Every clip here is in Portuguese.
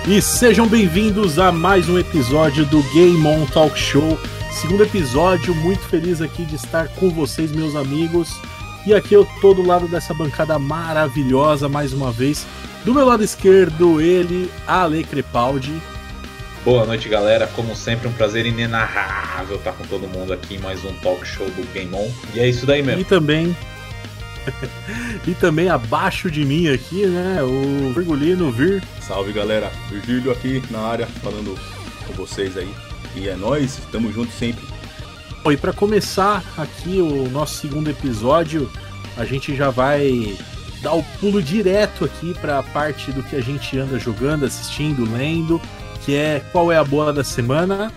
E sejam bem-vindos a mais um episódio do Game On Talk Show. Segundo episódio, muito feliz aqui de estar com vocês, meus amigos. E aqui eu tô do lado dessa bancada maravilhosa, mais uma vez. Do meu lado esquerdo, ele, Ale Crepaldi. Boa noite, galera. Como sempre, um prazer inenarrável estar com todo mundo aqui em mais um talk show do Game On. E é isso daí mesmo. E também abaixo de mim aqui, né, o Virgulino Vir. Salve, galera. Virgílio aqui na área, falando com vocês aí. E é nóis, estamos juntos sempre. E para começar aqui o nosso segundo episódio, a gente já vai dar o pulo direto aqui para a parte do que a gente anda jogando, assistindo, lendo, que é qual é a boa da semana.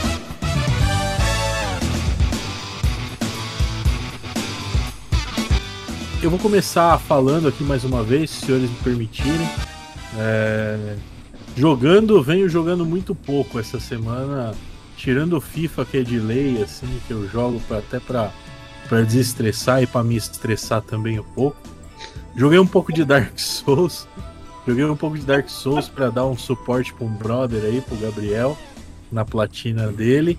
Eu vou começar falando aqui mais uma vez, se os senhores me permitirem. Venho jogando muito pouco essa semana, tirando o FIFA, que é de lei, assim, que eu jogo até pra desestressar e pra me estressar também um pouco. Joguei um pouco de Dark Souls pra dar um suporte pra um brother aí, pro Gabriel, na platina dele.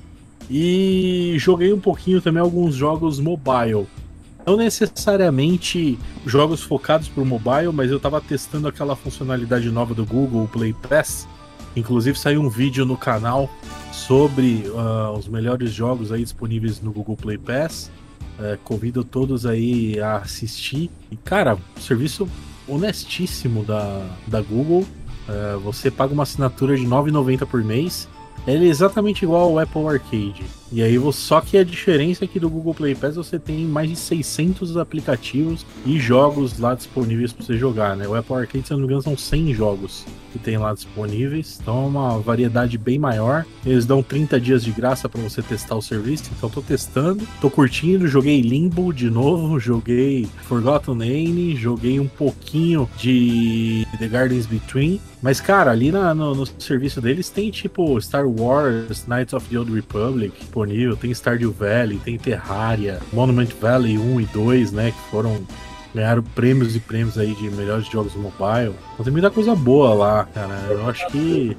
E joguei um pouquinho também alguns jogos mobile. Não necessariamente jogos focados para o mobile, mas eu estava testando aquela funcionalidade nova do Google Play Pass. Inclusive saiu um vídeo no canal sobre os melhores jogos aí disponíveis no Google Play Pass. Convido todos aí a assistir. E cara, serviço honestíssimo da Google. Você paga uma assinatura de R$ 9,90 por mês. Ele é exatamente igual ao Apple Arcade. E aí, só que a diferença é que do Google Play Pass você tem mais de 600 aplicativos e jogos lá disponíveis para você jogar, né? O Apple Arcade, se eu não me engano, são 100 jogos que tem lá disponíveis. Então é uma variedade bem maior. Eles dão 30 dias de graça para você testar o serviço. Então tô testando, tô curtindo. Joguei Limbo de novo, joguei ForgottenAne, joguei um pouquinho de The Gardens Between. Mas, cara, ali no serviço deles tem tipo Star Wars, Knights of the Old Republic disponível, tem Stardew Valley, tem Terraria, Monument Valley 1 e 2, né, que ganharam prêmios e prêmios aí de melhores jogos mobile. Então tem muita coisa boa lá, cara. Eu acho que...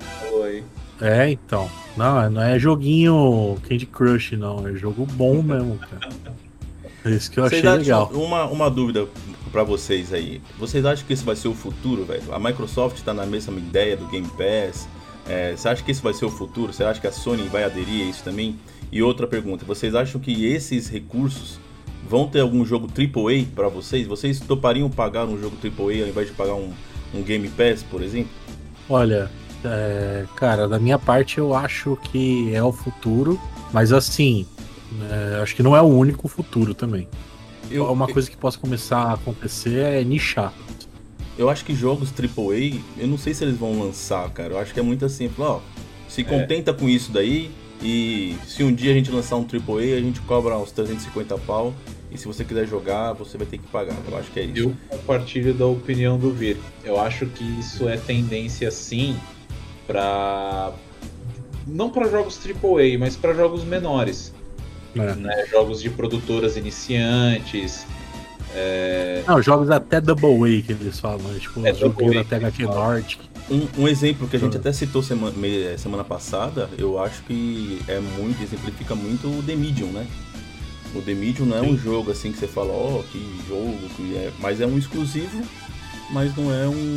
então. Não é joguinho Candy Crush, não. É jogo bom mesmo, cara. É isso que eu achei legal. Uma dúvida pra vocês aí. Vocês acham que esse vai ser o futuro, velho? A Microsoft tá na mesma ideia do Game Pass. Você acha que esse vai ser o futuro? Você acha que a Sony vai aderir a isso também? E outra pergunta, vocês acham que esses recursos vão ter algum jogo AAA pra vocês? Vocês topariam pagar um jogo AAA ao invés de pagar um Game Pass, por exemplo? Olha, cara, da minha parte eu acho que é o futuro, mas assim, acho que não é o único futuro também. Uma coisa que possa começar a acontecer é nichar. Eu acho que jogos AAA, eu não sei se eles vão lançar, cara. Eu acho que é muito simples, se contenta com isso daí, e se um dia a gente lançar um AAA, a gente cobra uns 350 pau, e se você quiser jogar, você vai ter que pagar. Eu acho que é isso. Eu compartilho da opinião do Vir. Eu acho que isso é tendência, sim, não para jogos AAA, mas para jogos menores. Né? Jogos de produtoras iniciantes. Não, jogos até Double A que eles falam, né? Tipo, joguinho até HQ Nordic. Um exemplo que a gente até citou semana passada, eu acho que exemplifica muito o The Medium, né? O The Medium não é um jogo assim que você fala, que jogo, mas é um exclusivo, mas não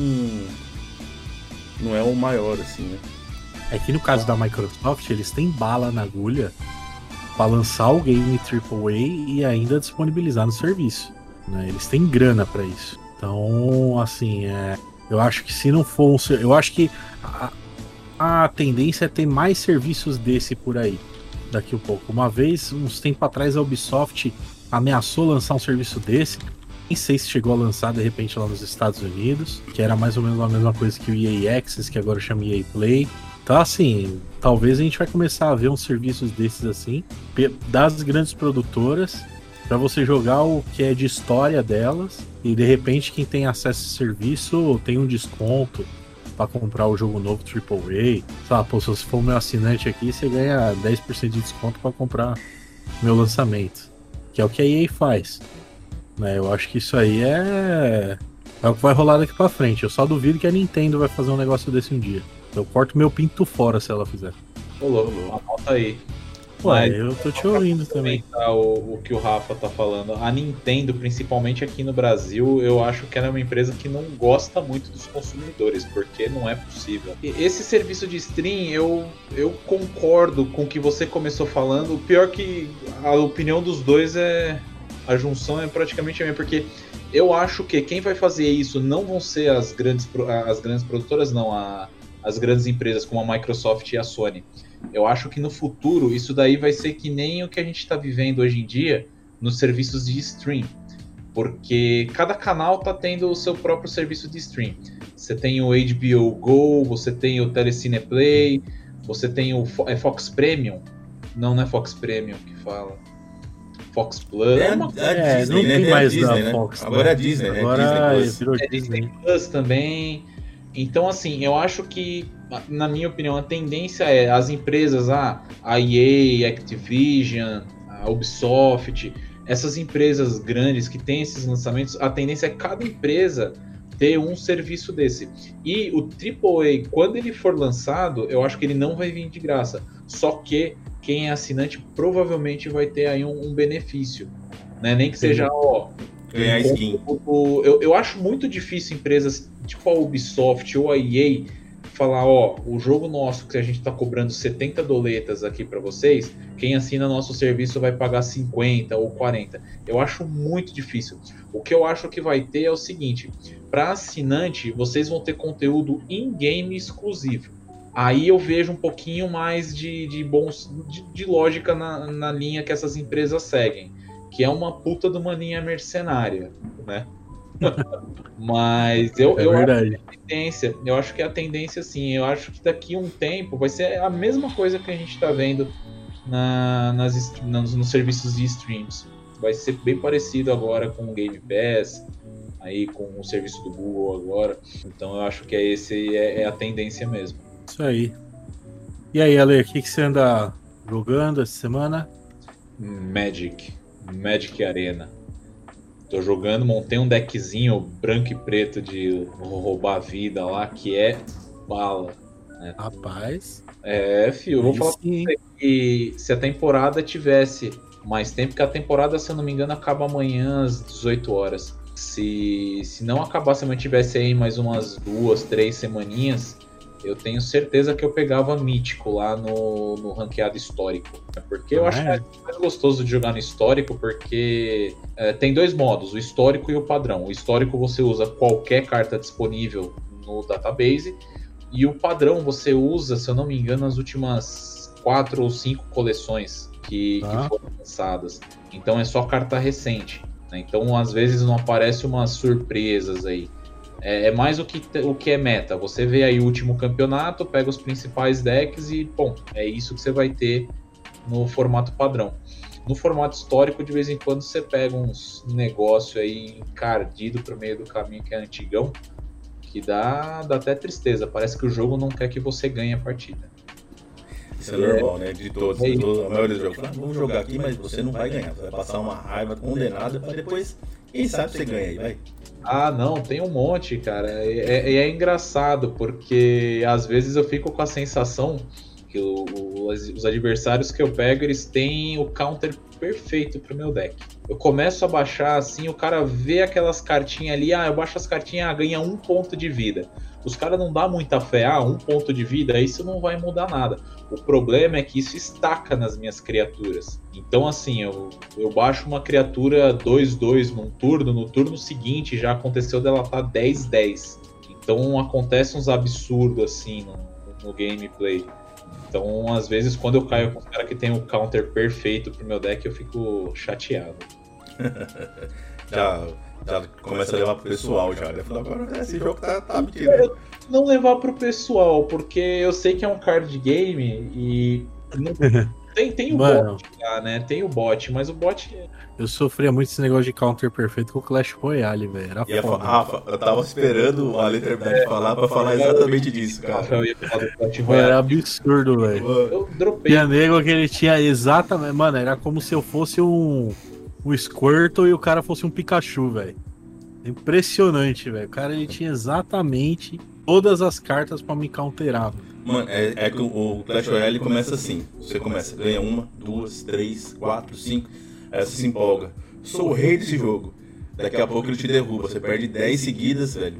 é o maior, assim, né? É que no caso da Microsoft, eles têm bala na agulha para lançar o game AAA e ainda disponibilizar no serviço, né? Eles têm grana para isso. Então, assim, eu acho que se não for eu acho que a tendência é ter mais serviços desse por aí daqui a pouco. Uma vez, uns tempo atrás, a Ubisoft ameaçou lançar um serviço desse. Nem sei se chegou a lançar de repente lá nos Estados Unidos, que era mais ou menos a mesma coisa que o EA Access, que agora chama EA Play. Então, assim, talvez a gente vai começar a ver uns serviços desses assim, das grandes produtoras, para você jogar o que é de história delas, e de repente quem tem acesso a esse serviço tem um desconto para comprar o jogo novo AAA. Se você for meu assinante aqui, você ganha 10% de desconto para comprar meu lançamento, que é o que a EA faz. Eu acho que isso aí É o que vai rolar daqui pra frente. Eu só duvido que a Nintendo vai fazer um negócio desse um dia. Eu corto meu pinto fora se ela fizer. Ô, louco, anota aí. Ué, eu tô te ouvindo também. O que o Rafa tá falando. A Nintendo, principalmente aqui no Brasil, eu acho que ela é uma empresa que não gosta muito dos consumidores, porque não é possível. E esse serviço de stream, eu concordo com o que você começou falando. O pior que a opinião dos dois a junção é praticamente a minha, porque eu acho que quem vai fazer isso não vão ser as grandes produtoras, não, as grandes empresas como a Microsoft e a Sony. Eu acho que no futuro isso daí vai ser que nem o que a gente está vivendo hoje em dia nos serviços de stream, porque cada canal tá tendo o seu próprio serviço de stream. Você tem o HBO Go, você tem o Telecine Play, você tem o Fox Premium. Não é Fox Premium que fala. Fox Plus. Disney, não tem né? mais Disney, da né? Fox. Agora é Disney, né? Agora Disney virou Disney Plus também. Então, assim, eu acho que, na minha opinião, a tendência é as empresas, a EA, Activision, a Ubisoft, essas empresas grandes que têm esses lançamentos, a tendência é cada empresa ter um serviço desse. E o AAA, quando ele for lançado, eu acho que ele não vai vir de graça. Só que quem é assinante provavelmente vai ter aí um benefício. Né? Nem que seja, ganhar skin. Eu acho muito difícil empresas tipo a Ubisoft ou a EA falar, o jogo nosso que a gente tá cobrando 70 doletas aqui para vocês, quem assina nosso serviço vai pagar 50 ou 40. Eu acho muito difícil. O que eu acho que vai ter é o seguinte, para assinante, vocês vão ter conteúdo in-game exclusivo. Aí eu vejo um pouquinho mais de lógica na linha que essas empresas seguem, que é uma puta de uma linha mercenária, né? Mas eu acho que a tendência, sim, eu acho que daqui a um tempo vai ser a mesma coisa que a gente está vendo nos serviços de streams. Vai ser bem parecido agora com o Game Pass, aí com o serviço do Google agora. Então eu acho que é a tendência mesmo. Isso aí. E aí, Ale, o que você anda jogando essa semana? Magic Arena. Tô jogando, montei um deckzinho branco e preto de roubar a vida lá, que é bala. Né? Rapaz. Eu vou falar pra você que se a temporada tivesse mais tempo, que a temporada, se eu não me engano, acaba amanhã às 18 horas. Se não acabasse, se eu mantivesse aí mais umas 2, 3 semaninhas, eu tenho certeza que eu pegava mítico lá no ranqueado histórico. Porque eu acho mais gostoso de jogar no histórico, porque tem dois modos, o histórico e o padrão. O histórico você usa qualquer carta disponível no database, e o padrão você usa, se eu não me engano, as últimas 4 ou 5 coleções que foram lançadas. Então é só carta recente. Né? Então às vezes não aparece umas surpresas aí. É mais o que é meta. Você vê aí o último campeonato, pega os principais decks e, é isso que você vai ter no formato padrão. No formato histórico, de vez em quando, você pega uns negócio aí encardido pro meio do caminho que é antigão, que dá até tristeza. Parece que o jogo não quer que você ganhe a partida. Isso é normal, né? De todos. A maioria dos jogos. Vamos jogar aqui, mas você não vai ganhar. Você vai passar uma raiva condenada para depois, quem sabe você ganha aí, vai. Ah, não, tem um monte, cara. É engraçado, porque às vezes eu fico com a sensação que os adversários que eu pego, eles têm o counter perfeito pro meu deck. Eu começo a baixar assim, o cara vê aquelas cartinhas ali, eu baixo as cartinhas, ganha 1 ponto de vida. Os caras não dão muita fé, 1 ponto de vida, isso não vai mudar nada. O problema é que isso estaca nas minhas criaturas. Então assim, eu baixo uma criatura 2/2 num turno, no turno seguinte já aconteceu dela estar 10/10. Então acontece uns absurdos assim no gameplay. Então, às vezes, quando eu caio com os caras que tem o counter perfeito pro meu deck, eu fico chateado. já começa a levar pro pessoal já, né? Agora esse jogo tá metido. Eu não levar pro pessoal, porque eu sei que é um card game e tem o bot lá, né? Tem o bot, mas o bot... Eu sofria muito esse negócio de counter perfeito com o Clash Royale, velho. Era foda. Rafa, eu tava esperando o Ale terminar de falar pra falar exatamente disso, cara. Eu ia falar do Clash Royale. Era absurdo, velho. Eu dropei. Tinha nego que ele tinha exatamente... Mano, era como se eu fosse um Squirtle e o cara fosse um Pikachu, velho. Impressionante, velho. O cara ele tinha exatamente todas as cartas pra me counterar. Mano, é que o Clash Royale começa assim. Você começa, ganha 1, 2, 3, 4, 5. Aí você se empolga. Sou o rei desse jogo. Daqui a pouco ele te derruba. Você perde 10 seguidas, velho.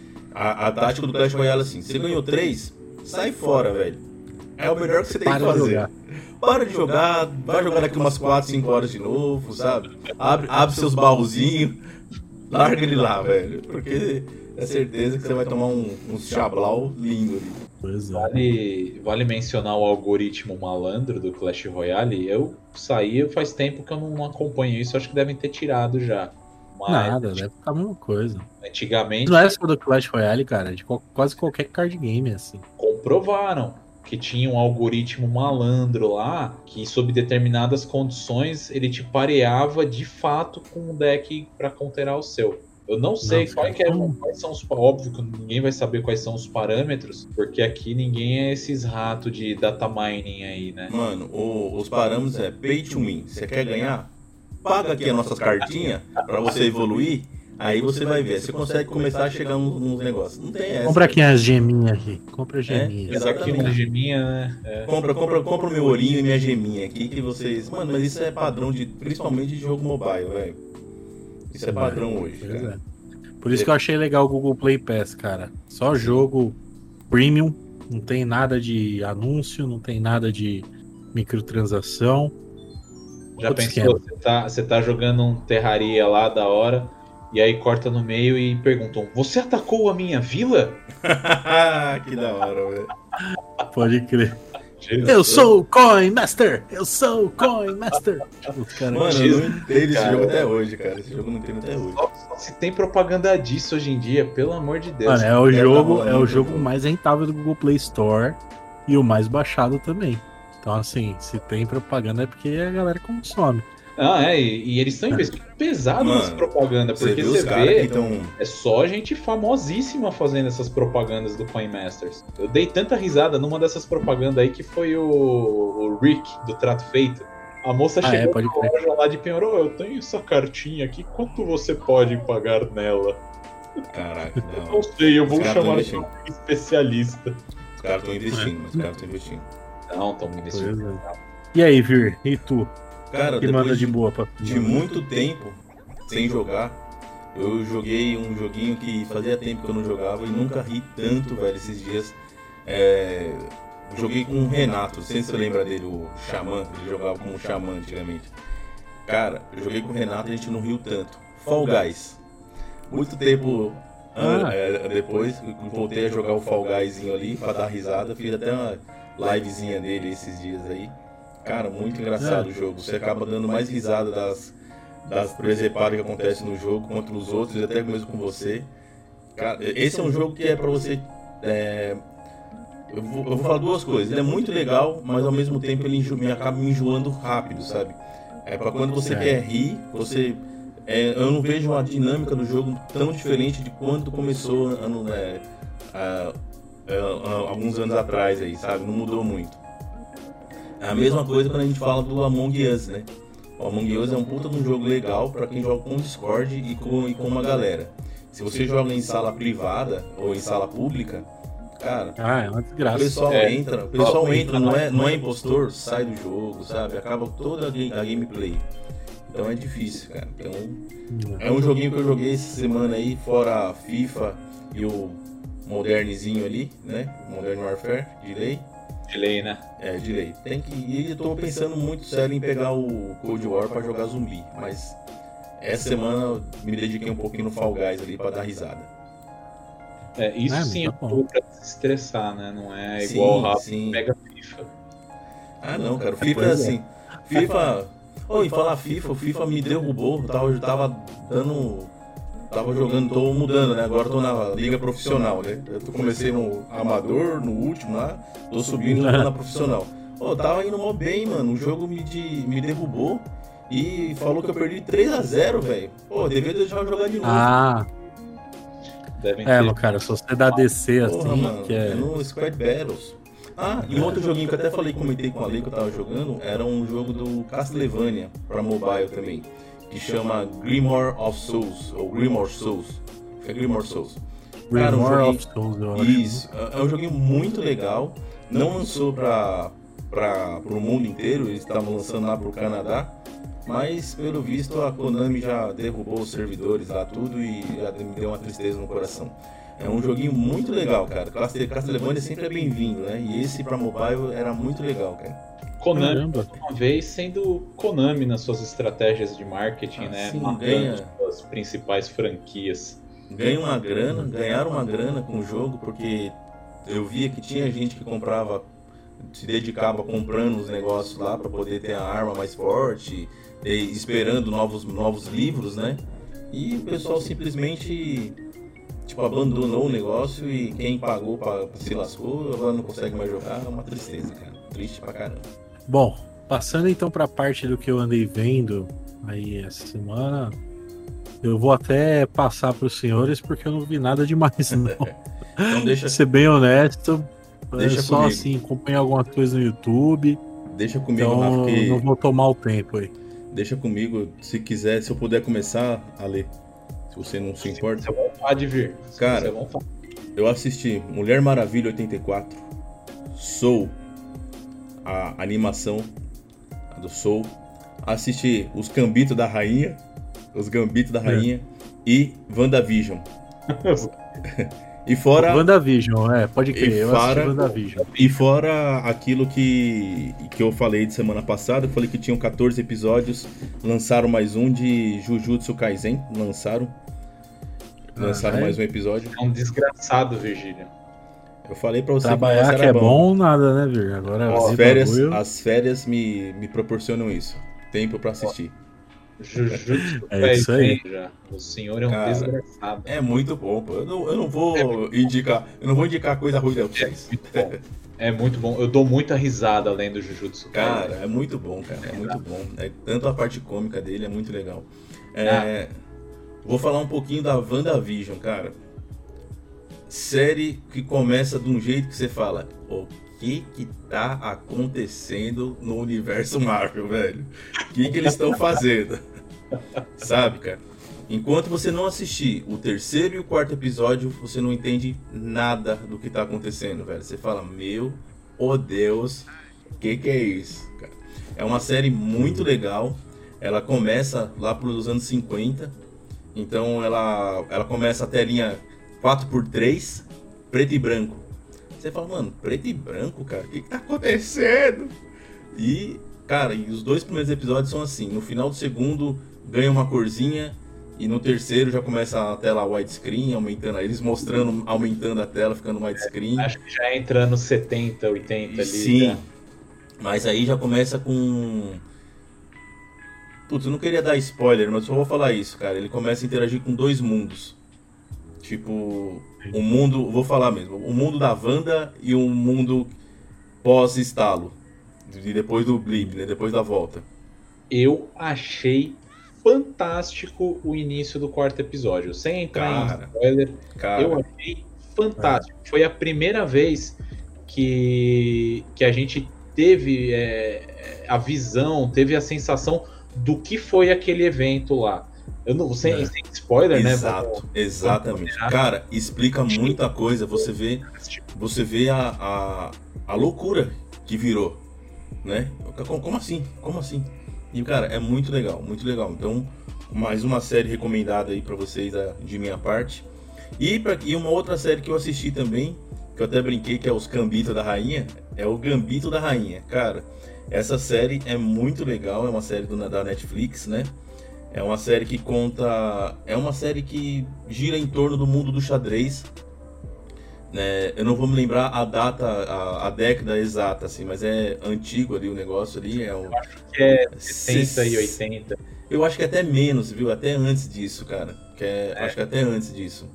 A tática do Clash Royale é assim. Você ganhou 3, sai fora, velho. É o melhor que você tem que fazer. Para de jogar, vai jogar daqui umas 4, 5 horas de novo, sabe? Abre seus baúzinhos, larga ele lá, velho. Porque é certeza que você vai tomar um chablau lindo ali. Pois é. Vale mencionar o algoritmo malandro do Clash Royale. Eu saí faz tempo que eu não acompanho isso, acho que devem ter tirado já. Mas, nada, deve ficar a mesma coisa. Antigamente. Não é só do Clash Royale, cara, é de quase qualquer card game, assim. Comprovaram que tinha um algoritmo malandro lá, que sob determinadas condições ele te pareava de fato com um deck pra counterar o seu. Eu não sei quais são os... Óbvio que ninguém vai saber quais são os parâmetros, porque aqui ninguém é esses ratos de data mining aí, né? Mano, os parâmetros é pay to win. Você quer ganhar? Paga aqui as nossas cartinhas pra você evoluir. Aí você vai ver, você consegue começar a chegar nos negócios. Não tem essa. Compra aqui as geminhas aqui. Compra geminhas. Exatamente. Uma geminha, né? Compra o meu ourinho e minha geminha aqui que vocês... Mano, mas isso é padrão principalmente de jogo mobile, velho. Isso é padrão hoje, cara. Por isso que eu achei legal o Google Play Pass, cara. Só jogo premium, não tem nada de anúncio, não tem nada de microtransação. Já pensou, você tá jogando um Terraria lá da hora, e aí corta no meio e perguntam: você atacou a minha vila? Que da hora, velho. Pode crer. Eu sou o Coin Master! Eu sou o Coin Master! Mano, eu não entendo esse jogo até hoje, cara. Esse jogo eu não entendo até hoje. Só se tem propaganda disso hoje em dia, pelo amor de Deus. Mano, é o jogo mais rentável do Google Play Store e o mais baixado também. Então, assim, se tem propaganda é porque a galera consome. E eles estão investindo pesado nessa propaganda, porque você vê, é só gente famosíssima fazendo essas propagandas do Coin Masters. Eu dei tanta risada numa dessas propagandas aí que foi o Rick, do Trato Feito. A moça chegou na loja lá de Penhorô, eu tenho essa cartinha aqui, quanto você pode pagar nela? Caraca, não. Não sei, eu vou chamar um especialista. Os caras estão investindo, Não, estão investindo. E aí, Vir, e tu? Cara, que manda de boa de muito tempo sem jogar, eu joguei um joguinho que fazia tempo que eu não jogava e nunca ri tanto, velho, esses dias. Joguei com o Renato, não sei se você lembra dele, o Xamã, ele jogava como Xamã antigamente. Cara, eu joguei com o Renato e a gente não riu tanto. Fall Guys. Muito tempo depois, voltei a jogar o Fall Guyzinho ali pra dar risada, fiz até uma livezinha dele esses dias aí. Cara, muito engraçado o jogo. Você acaba dando mais risada das presepadas que acontecem no jogo contra os outros, e até mesmo com você. Cara, esse é um jogo que é pra você... Eu vou falar duas coisas. Ele é muito legal, mas ao mesmo tempo ele acaba me enjoando rápido, sabe? É pra quando você quer rir, você... eu não vejo uma dinâmica do jogo tão diferente de quando começou alguns anos atrás aí, sabe? Não mudou muito. É a mesma coisa quando a gente fala do Among Us, né? O Among Us é um puta de um jogo legal pra quem joga com Discord e com uma galera. Se você joga em sala privada ou em sala pública, cara, é uma desgraça. O pessoal entra, não é impostor, sai do jogo, sabe? Acaba toda a gameplay. Então é difícil, cara. Então, é um joguinho que eu joguei essa semana aí, fora a FIFA e o Modernezinho ali, né? Modern Warfare, de lei. De lei, né? De lei. Tem que ir. Eu tô pensando muito sério em pegar o Cold War pra jogar zumbi, mas essa semana eu me dediquei um pouquinho no Fall Guys ali pra dar risada. Isso sim é pra se estressar, né? Não é igual o Rafa pega FIFA. Não, cara. O FIFA é assim. FIFA. Em falar FIFA, o FIFA me derrubou. Eu tava jogando, tô mudando, né? Agora tô na liga profissional, né? Eu comecei no amador, no último lá, tô subindo na profissional. Tava indo mó bem, mano. O jogo me derrubou e falou que eu perdi 3-0, velho. Devia deixar eu jogar de novo. Meu cara, se você dá DC assim, mano, é no Squad Battles. E um outro joguinho que eu até comentei com a Lei que eu tava jogando, era um jogo do Castlevania pra mobile também. que chama Grimoire of Souls, ou Grimoire Souls. É Grimoire Souls. Cara, Grimoire of Souls, eu acho. Isso, é um joguinho muito legal. Não lançou para o mundo inteiro, eles estavam lançando lá pro Canadá. Mas, pelo visto, a Konami já derrubou os servidores lá tudo e já me deu uma tristeza no coração. É um joguinho muito legal, cara. Castlevania sempre é bem-vindo, né? E esse pra mobile era muito legal, cara. Konami, uma vez sendo Konami nas suas estratégias de marketing, né? Sim, Matando as principais franquias. Ganharam uma grana com o jogo, porque eu via que tinha gente que comprava, se dedicava comprando os negócios lá pra poder ter a arma mais forte, e esperando novos livros, né? E o pessoal simplesmente abandonou o negócio e quem pagou se lascou, agora não consegue mais jogar. É uma tristeza, cara. Triste pra caramba. Bom, passando então pra parte do que eu andei vendo aí essa semana, eu vou até passar pros senhores porque eu não vi nada demais, não. Então deixa... Ser bem honesto, deixa só comigo. assim, acompanhar alguma coisa no YouTube. Deixa comigo, então, Rafa, que... não vou tomar o tempo aí. Deixa comigo, se quiser, se eu puder começar a ler, se você não se importa. Você é vontade de vir. Cara, eu assisti Mulher Maravilha 84, Soul, a animação do Soul, assisti Os Gambitos da Rainha, e WandaVision. E fora... WandaVision, pode crer, eu assisti WandaVision. E fora aquilo que eu falei de semana passada, eu falei que tinham 14 episódios, lançaram mais um de Jujutsu Kaisen, lançaram mais um episódio. É um desgraçado, Virgílio. Eu falei pra você trabalhar que é bom, nada, né, Vir? Agora as férias me proporcionam isso, tempo pra assistir. Jujutsu isso aí. O senhor é um desgraçado. É muito bom, pô. Eu não vou indicar coisa ruim pra vocês. É muito bom. Eu dou muita risada além do Jujutsu. Cara, é muito bom, cara. É muito bom. Tanto a parte cômica dele é muito legal. Vou falar um pouquinho da WandaVision, cara. Série que começa de um jeito que você fala: o que tá acontecendo no universo Marvel, velho? O que eles estão fazendo? Sabe, cara? Enquanto você não assistir o terceiro e o quarto episódio, você não entende nada do que tá acontecendo, velho. Você fala: meu, oh Deus, que é isso, cara? É uma série muito legal. Ela começa lá pelos anos 50. Então ela começa a telinha 4x3, preto e branco. Você fala: mano, preto e branco, cara, o que tá acontecendo? E, cara, os 2 primeiros episódios são assim. No final do segundo ganha uma corzinha, e no terceiro já começa a tela widescreen, aumentando, eles aumentando a tela, ficando widescreen. Acho que já entra nos 70, 80 ali. Sim, já. Mas aí já começa com... Putz, eu não queria dar spoiler, mas só vou falar isso, cara. Ele começa a interagir com 2 mundos. Tipo, o mundo, vou falar mesmo, o mundo da Wanda e um mundo pós-estalo, depois do blip, né, depois da volta. Eu achei fantástico o início do quarto episódio, sem entrar em spoiler, eu achei fantástico. Foi a primeira vez que a gente teve a visão, teve a sensação do que foi aquele evento lá. Eu não sem spoiler, exato, né? Exatamente. Cara, explica muita coisa. Você vê a loucura que virou, né? Como assim? E, cara, é muito legal, muito legal. Então, mais uma série recomendada aí pra vocês de minha parte. E uma outra série que eu assisti também, que eu até brinquei, que é Os Gambitos da Rainha, é o Gambito da Rainha. Cara, essa série é muito legal, é uma série da Netflix, né? É uma série que conta... É uma série que gira em torno do mundo do xadrez. Né? Eu não vou me lembrar a data, a década exata, assim, mas é antigo ali o negócio ali. Eu acho que é 70 e 80. Eu acho que até menos, viu? Até antes disso, cara. Acho que até antes disso.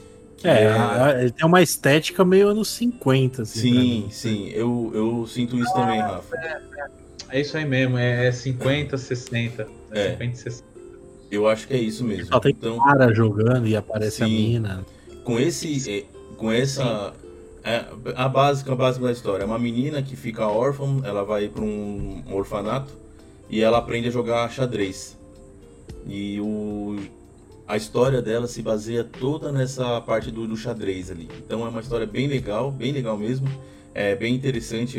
Ele tem uma estética meio anos 50, assim. Sim, eu sinto isso também, Rafa. É isso aí mesmo, é 50, 60. 50 e 60. Eu acho que é isso mesmo. Só tem cara jogando e aparece a mina. Com essa... a básica da história. É uma menina que fica órfã, ela vai para um orfanato e ela aprende a jogar xadrez. E a história dela se baseia toda nessa parte do xadrez ali. Então é uma história bem legal mesmo. É bem interessante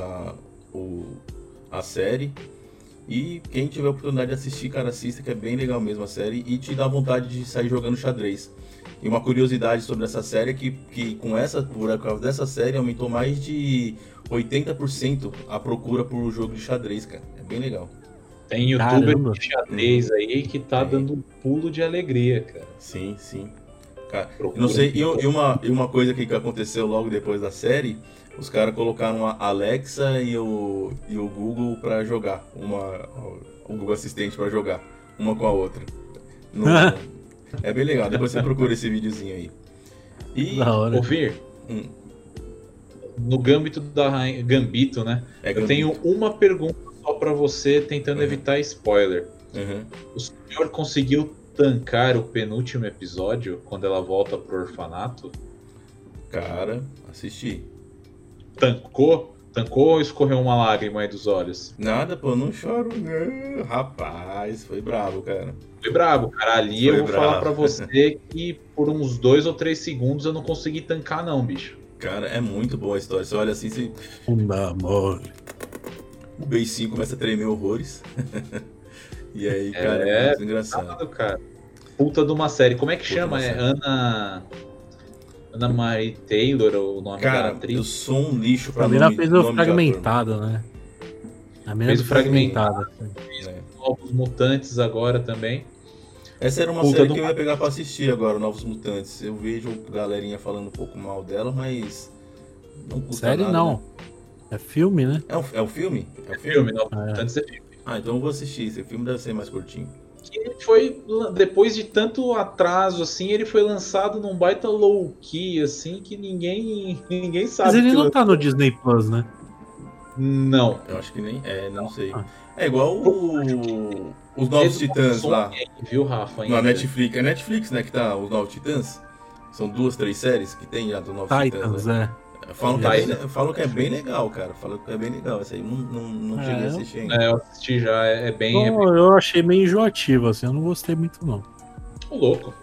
a série. E quem tiver a oportunidade de assistir, cara, assista, que é bem legal mesmo a série e te dá vontade de sair jogando xadrez. E uma curiosidade sobre essa série é que por causa dessa série aumentou mais de 80% a procura por jogo de xadrez, cara. É bem legal. Tem youtuber de xadrez aí que tá dando um pulo de alegria, cara. Sim. Cara, eu não sei, e uma coisa que aconteceu logo depois da série, os caras colocaram a Alexa e o Google pra jogar, o Google Assistente pra jogar, uma com a outra. É bem legal, depois você procura esse videozinho aí. E ouvir no Gambito da Rainha, Gambito, né? Eu tenho uma pergunta só pra você, tentando evitar spoiler. O senhor conseguiu tancar o penúltimo episódio, quando ela volta pro orfanato? Cara, assisti. Tancou ou escorreu uma lágrima aí dos olhos? Nada, pô, não choro não. Rapaz, foi bravo, cara. Foi bravo, cara. Ali eu vou falar pra você que por uns 2 ou 3 segundos eu não consegui tancar não, bicho. Cara, é muito boa a história. Você olha assim, amor. O beicinho começa a tremer horrores. E aí, cara, é muito engraçado. Cara. Puta de uma série. Como é que chama? É Anna Marie Taylor, o nome da atriz? Eu sou um lixo pra nome. A mina fez Fragmentada, né? A mina fez Fragmentada. Novos Mutantes agora também. Essa era uma série que eu ia pegar pra assistir agora, Novos Mutantes. Eu vejo galerinha falando um pouco mal dela, mas não custa série nada. Não. Né? É filme, né? É o filme? É filme, Novos Mutantes é filme. Então eu vou assistir. Esse filme deve ser mais curtinho. Que foi, depois de tanto atraso, assim, ele foi lançado num baita low-key, assim, que ninguém sabe. Mas ele não tá no Disney Plus, né? Não. Eu acho que nem. Não sei. É igual os Novos Titãs lá. Viu, Rafa? Na Netflix. É Netflix, né, que tá os Novos Titãs. São 2, 3 séries que tem já do Novos Titãs. Né? Falam que é bem legal, cara. Falam que é bem legal. Essa aí não cheguei a assistir ainda. Eu assisti já, é bem. Eu achei meio enjoativo, assim, eu não gostei muito, não. Ô, louco.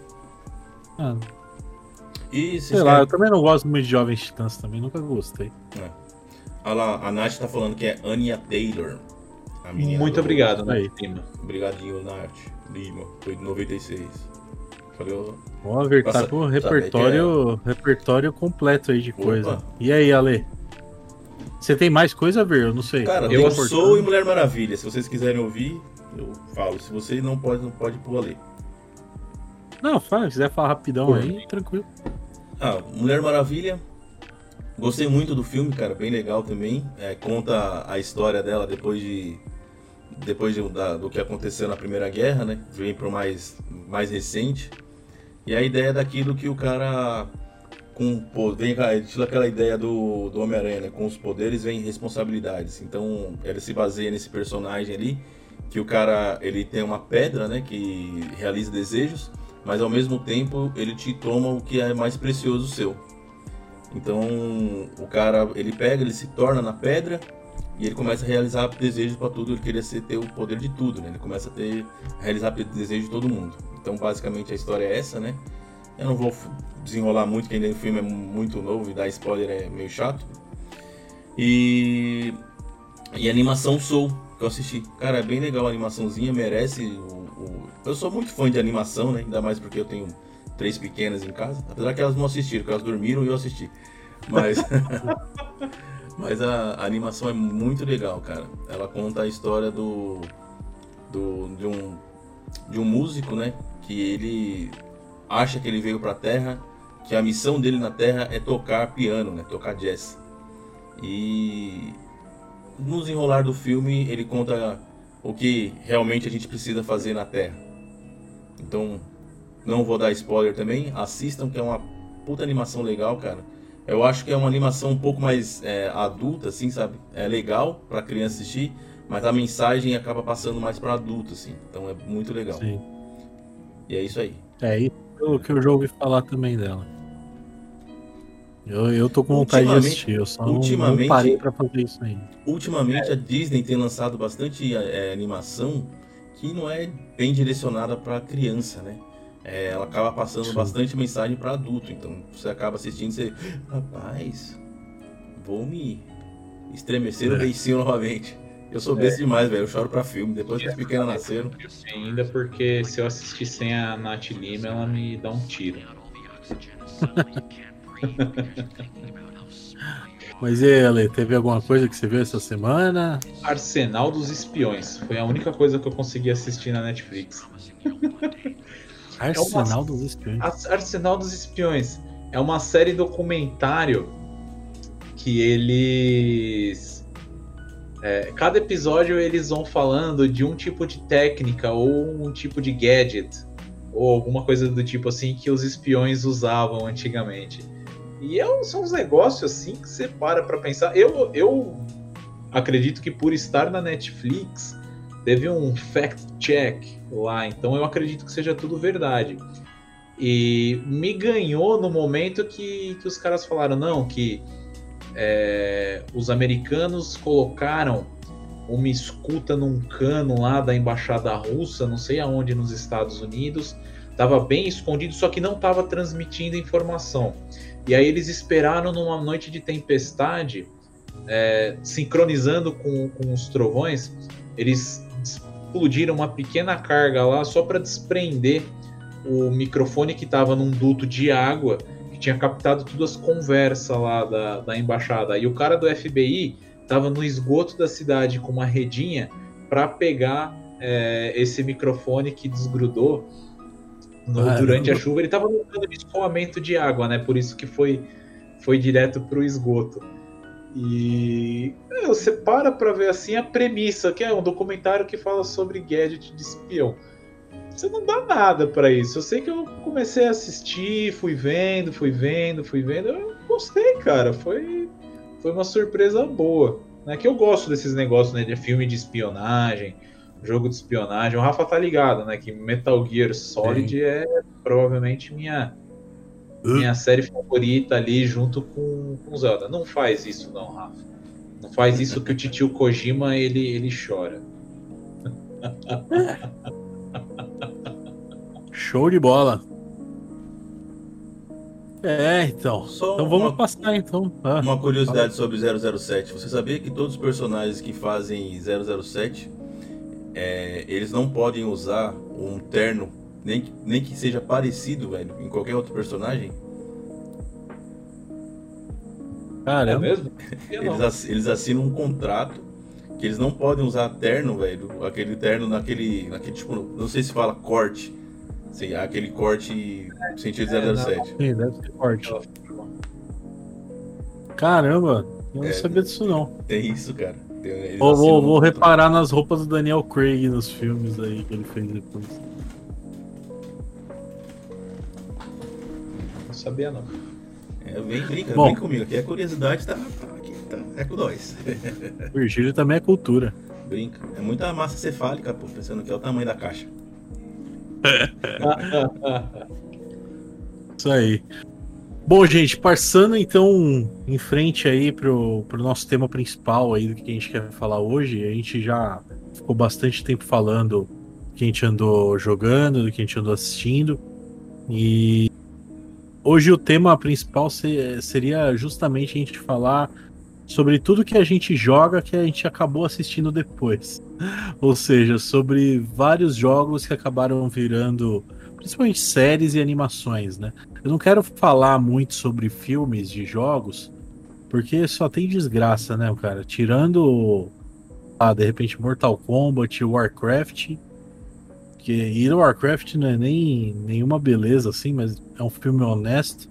Sei lá, eu também não gosto muito de Jovens Titãs também, nunca gostei. Olha lá, a Nath tá falando que é Anya Taylor. A menina muito obrigado, Nath Lima. Obrigadinho, Nath Lima. Foi de 96. Repertório completo aí de coisa. E aí, Ale? Você tem mais coisa a ver? Eu não sei. Cara, eu sou e Mulher Maravilha. Se vocês quiserem ouvir, eu falo. Se você não pode pôr ali. Não, fala. Se quiser falar rapidão aí, tranquilo. Mulher Maravilha. Gostei muito do filme, cara. Bem legal também. Conta a história dela depois do que aconteceu na Primeira Guerra, né? Vem pro mais recente. E a ideia daquilo que o cara vem aquela ideia do Homem-Aranha, né? Com os poderes vem responsabilidades. Então, ele se baseia nesse personagem ali, que o cara, ele tem uma pedra, né? Que realiza desejos, mas ao mesmo tempo ele te toma o que é mais precioso seu. Então, o cara, ele se torna na pedra e ele começa a realizar desejos para tudo. Ele queria ter o poder de tudo, né? Ele começa a realizar desejos de todo mundo. Então, basicamente, a história é essa, né? Eu não vou desenrolar muito, porque ainda o filme é muito novo e dar spoiler é meio chato. E a animação Soul, que eu assisti. Cara, é bem legal a animaçãozinha, merece Eu sou muito fã de animação, né? Ainda mais porque eu tenho 3 pequenas em casa. Apesar que elas não assistiram, porque elas dormiram e eu assisti. Mas... Mas a animação é muito legal, cara. Ela conta a história de um músico, né? Que ele acha que ele veio pra Terra, que a missão dele na Terra é tocar piano, né? Tocar jazz. E no desenrolar do filme ele conta o que realmente a gente precisa fazer na Terra. Então, não vou dar spoiler também. Assistam, que é uma puta animação legal, cara. Eu acho que é uma animação um pouco mais adulta, assim, sabe? É legal pra criança assistir, mas a mensagem acaba passando mais pra adulto, assim. Então é muito legal. Sim. E é isso aí. É isso que eu já ouvi falar também dela. Eu tô com vontade de assistir, eu só não parei pra fazer isso ainda. Ultimamente a Disney tem lançado bastante animação que não é bem direcionada para criança, né? Ela acaba passando bastante mensagem para adulto, então você acaba assistindo e você, rapaz, vou me estremecer no beicinho novamente. Eu sou besta demais, velho, eu choro pra filme, depois que os pequenos nasceram. Ainda porque se eu assistir sem a Nath Lima, ela me dá um tiro. Mas e aí, Ale, teve alguma coisa que você viu essa semana? Arsenal dos Espiões. Foi a única coisa que eu consegui assistir na Netflix. Arsenal dos Espiões. Arsenal dos Espiões. É uma série documentário que eles... cada episódio eles vão falando de um tipo de técnica ou um tipo de gadget ou alguma coisa do tipo assim que os espiões usavam antigamente. E são uns negócios assim que você para pra pensar. Eu acredito que por estar na Netflix teve um fact-check lá, então eu acredito que seja tudo verdade. E me ganhou no momento que os caras falaram, não, que os americanos colocaram uma escuta num cano lá da embaixada russa, não sei aonde nos Estados Unidos, estava bem escondido, só que não estava transmitindo informação. E aí eles esperaram numa noite de tempestade, sincronizando com os trovões, eles explodiram uma pequena carga lá só para desprender o microfone que estava num duto de água, que tinha captado todas as conversas lá da embaixada. E o cara do FBI estava no esgoto da cidade com uma redinha para pegar esse microfone que desgrudou durante a chuva. Ele estava no cano de escoamento de água, né? Por isso que foi direto para o esgoto. E você para ver assim a premissa, que é um documentário que fala sobre gadget de espião. Você não dá nada para isso. Eu sei que eu comecei a assistir, fui vendo. Eu gostei, cara. Foi uma surpresa boa. Né? Que eu gosto desses negócios, né? De filme de espionagem, jogo de espionagem. O Rafa tá ligado, né? Que Metal Gear Solid é provavelmente minha série favorita ali junto com Zelda. Não faz isso não, Rafa. Não faz isso que o titio Kojima ele chora. Show de bola. Então. Então vamos passar, então. Uma curiosidade sobre 007. Você sabia que todos os personagens que fazem 007, eles não podem usar um terno, nem que seja parecido, velho, em qualquer outro personagem? Caramba. É mesmo? Eles assinam um contrato que eles não podem usar terno, velho. Aquele terno naquele tipo, não sei se fala corte. Sim, aquele corte sentido 007. Sim, deve ser corte. Caramba, eu não sabia disso não. Tem isso, cara. Vou reparar nas roupas do Daniel Craig nos filmes aí que ele fez depois. Não sabia não. Vem comigo, aqui a curiosidade tá com nós. O Virgílio também é cultura. Brinca. É muita massa cefálica, pô, pensando que é o tamanho da caixa. Isso aí. Bom, gente, passando então em frente aí pro nosso tema principal aí do que a gente quer falar hoje. A gente já ficou bastante tempo falando do que a gente andou jogando, do que a gente andou assistindo. E hoje o tema principal seria justamente a gente falar sobre tudo que a gente joga que a gente acabou assistindo depois. Ou seja, sobre vários jogos que acabaram virando, principalmente séries e animações, né? Eu não quero falar muito sobre filmes de jogos, porque só tem desgraça, né, cara? Tirando, de repente, Mortal Kombat, Warcraft, e no Warcraft não é nenhuma beleza, assim, mas é um filme honesto.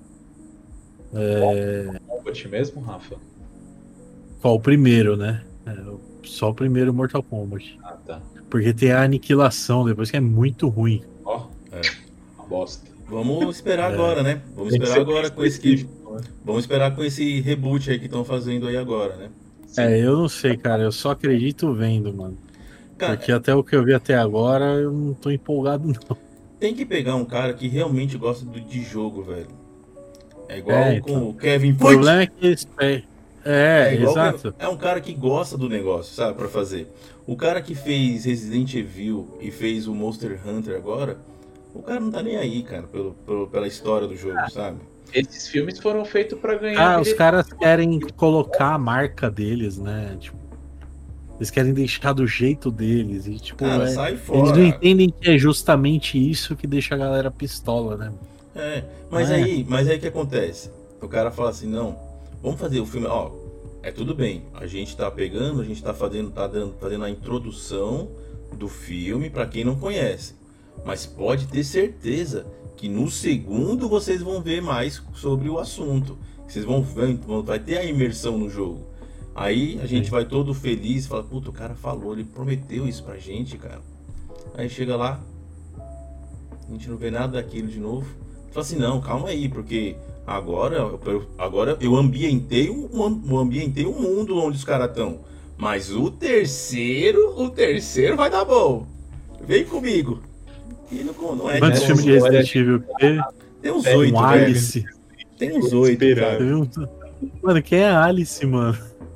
Kombat mesmo, Rafa? Qual o primeiro, né? Só o primeiro Mortal Kombat. Ah, tá. Porque tem a aniquilação depois, que é muito ruim. Uma bosta. Vamos esperar agora, né? Vamos esperar agora com esse Vamos esperar com esse reboot aí que estão fazendo aí agora, né? Sim. Eu não sei, cara. Eu só acredito vendo, mano. Cara, porque até o que eu vi até agora, eu não tô empolgado, não. Tem que pegar um cara que realmente gosta de jogo, velho. É igual com o Kevin O Feige. problema é que igual exato. É um cara que gosta do negócio, sabe, pra fazer. O cara que fez Resident Evil e fez o Monster Hunter agora, o cara não tá nem aí, cara, pela história do jogo, sabe? Esses filmes foram feitos pra ganhar. Os caras querem colocar a marca deles, né? Tipo, eles querem deixar do jeito deles. E, tipo, Cara, sai fora. eles não entendem que é justamente isso que deixa a galera pistola, né? Mas aí o que acontece? O cara fala assim, não, vamos fazer o filme, ó, tudo bem, a gente tá pegando, a gente tá fazendo a introdução do filme pra quem não conhece. Mas pode ter certeza que no segundo vocês vão ver mais sobre o assunto. Vocês vai ter a imersão no jogo. Aí a gente vai todo feliz, fala, puta, o cara falou, ele prometeu isso pra gente, cara. Aí chega lá, a gente não vê nada daquilo de novo. Fala assim, não, calma aí, porque agora eu ambientei um mundo onde os caras estão. Mas o terceiro vai dar bom. Vem comigo. E não é. Quantos filmes de Resident Evil tem? Tem uns 8, um Alice. Tem uns 8, cara. Mano, quem é Alice, mano?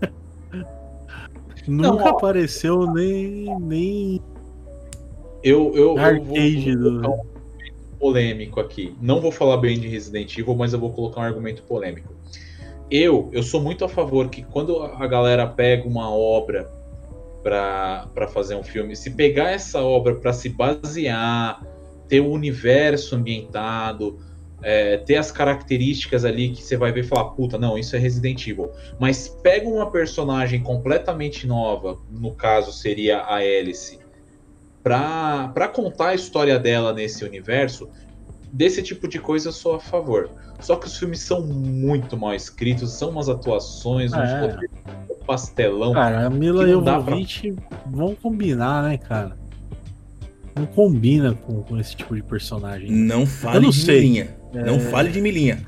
Nunca apareceu nem eu arcade vou colocar um polêmico aqui. Não vou falar bem de Resident Evil, mas eu vou colocar um argumento polêmico. Eu sou muito a favor que quando a galera pega uma obra para fazer um filme, se pegar essa obra para se basear, ter o universo ambientado, ter as características ali que você vai ver e falar, puta, não, isso é Resident Evil. Mas pega uma personagem completamente nova, no caso seria a Alice, pra contar a história dela nesse universo, desse tipo de coisa eu sou a favor. Só que os filmes são muito mal escritos, são umas atuações, um pastelão. Cara, a Mila Jovovich, vamos combinar, né, cara? Não combina com esse tipo de personagem. Não fale de Milinha. Não fale de Milinha.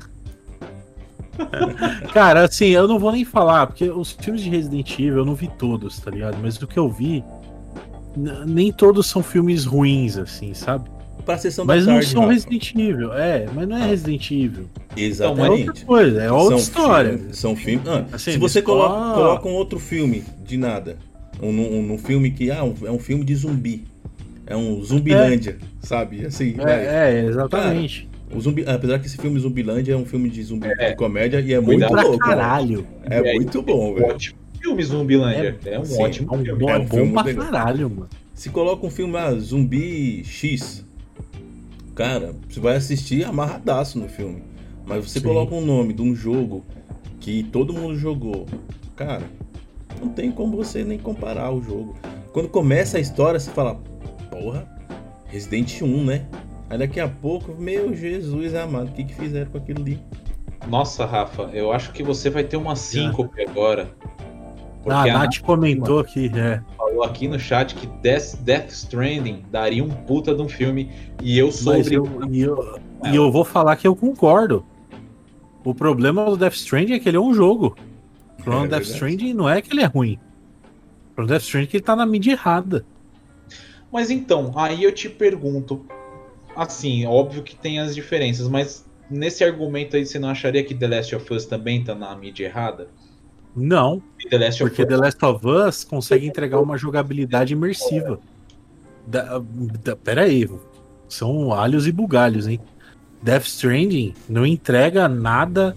Cara, assim, eu não vou nem falar, porque os filmes de Resident Evil eu não vi todos, tá ligado? Mas do que eu vi, nem todos são filmes ruins, assim, sabe? Pra sessão mas da não tarde, são Rafa. Resident Evil, mas não é Resident Evil. Exatamente. É outra coisa, é outra história. São filmes. Assim, se você coloca um outro filme de nada, um filme que é um filme de zumbi, é um Zumbilândia, sabe? Assim, exatamente. Cara, apesar que esse filme Zumbilândia é um filme de zumbi de comédia e é muito pra louco. Caralho. É muito bom, velho. Ótimo filme Zumbilândia. É um ótimo filme. É bom pra caralho, mano. Se coloca um filme Zumbi X, cara, você vai assistir amarradaço no filme. Mas você coloca um nome de um jogo que todo mundo jogou, cara, não tem como você nem comparar o jogo. Quando começa a história, você fala, porra, Resident 1, né? Aí daqui a pouco, meu Jesus amado, o que fizeram com aquilo ali? Nossa, Rafa, eu acho que você vai ter uma síncope agora. A Nath comentou aqui, falou aqui no chat que Death Stranding daria um puta de um filme e eu sou eu vou falar que eu concordo. O problema do Death Stranding é que ele é um jogo. O problema do Death Stranding não é que ele é ruim. O problema do Death Stranding é que ele tá na mídia errada. Mas então, aí eu te pergunto, assim, óbvio que tem as diferenças, mas nesse argumento aí você não acharia que The Last of Us também tá na mídia errada? Não, porque The Last of Us consegue entregar uma jogabilidade imersiva. Pera aí, são alhos e bugalhos, hein? Death Stranding não entrega nada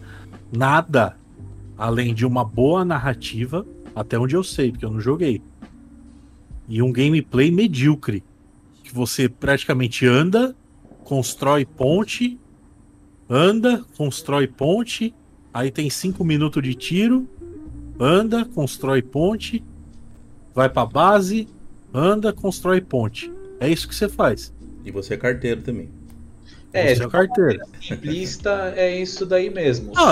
além de uma boa narrativa, até onde eu sei, porque eu não joguei, e um gameplay medíocre, que você praticamente anda, constrói ponte, aí tem 5 minutos de tiro, anda, constrói ponte, vai pra base, anda, constrói ponte. É isso que você faz. E você é carteiro também. Você é carteiro. Simplista é isso daí mesmo. Não,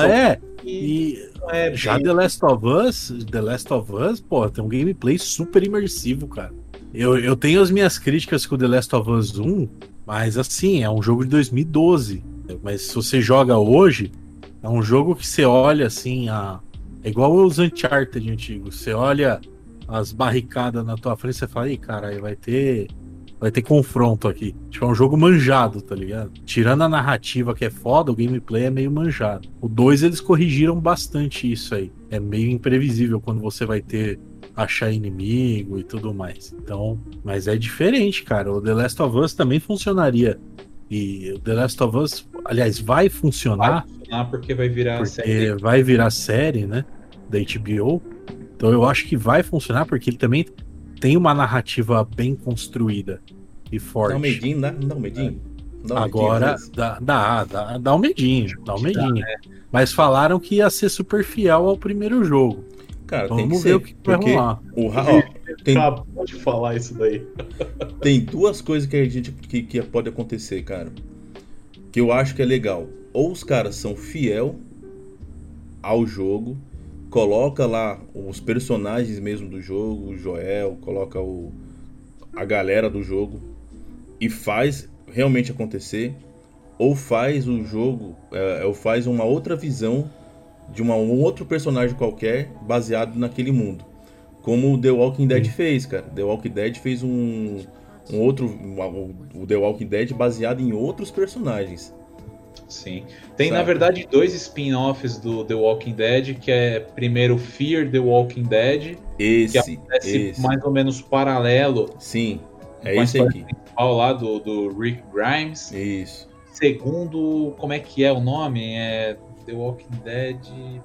já The Last of Us, pô, tem um gameplay super imersivo, cara. Eu tenho as minhas críticas com The Last of Us 1, mas assim, é um jogo de 2012. Mas se você joga hoje, é um jogo que você olha assim, é igual os Uncharted antigos. Você olha as barricadas na tua frente e você fala, cara, vai ter confronto aqui. Tipo, é um jogo manjado, tá ligado? Tirando a narrativa que é foda, o gameplay é meio manjado. O 2 eles corrigiram bastante isso aí. é meio imprevisível quando você vai achar inimigo e tudo mais. Então, mas é diferente, cara. O The Last of Us também funcionaria. E o The Last of Us, aliás, vai funcionar porque vai virar série. Vai virar série, né? Da HBO. Então eu acho que vai funcionar porque ele também tem uma narrativa bem construída e forte. Dá um medinho, né? Não dá um medinho? Agora dá um medinho. Mas falaram que ia ser super fiel ao primeiro jogo. Cara, então, tem vamos que ver ser, o que vai rolar. Acabou de falar isso daí. Tem duas coisas que a gente que pode acontecer, cara. Que eu acho que é legal. Ou os caras são fiel ao jogo, coloca lá os personagens mesmo do jogo, o Joel, coloca a galera do jogo e faz realmente acontecer, ou faz o jogo, ou faz uma outra visão de um outro personagem qualquer baseado naquele mundo, como o The Walking Dead fez, cara. The Walking Dead fez o The Walking Dead baseado em outros personagens. Sim. Tem, na verdade, 2 spin-offs do The Walking Dead, que é primeiro Fear the Walking Dead, que acontece mais ou menos paralelo. Sim, é esse aqui. Principal lá do Rick Grimes. Isso. Segundo, como é que é o nome? É The Walking Dead...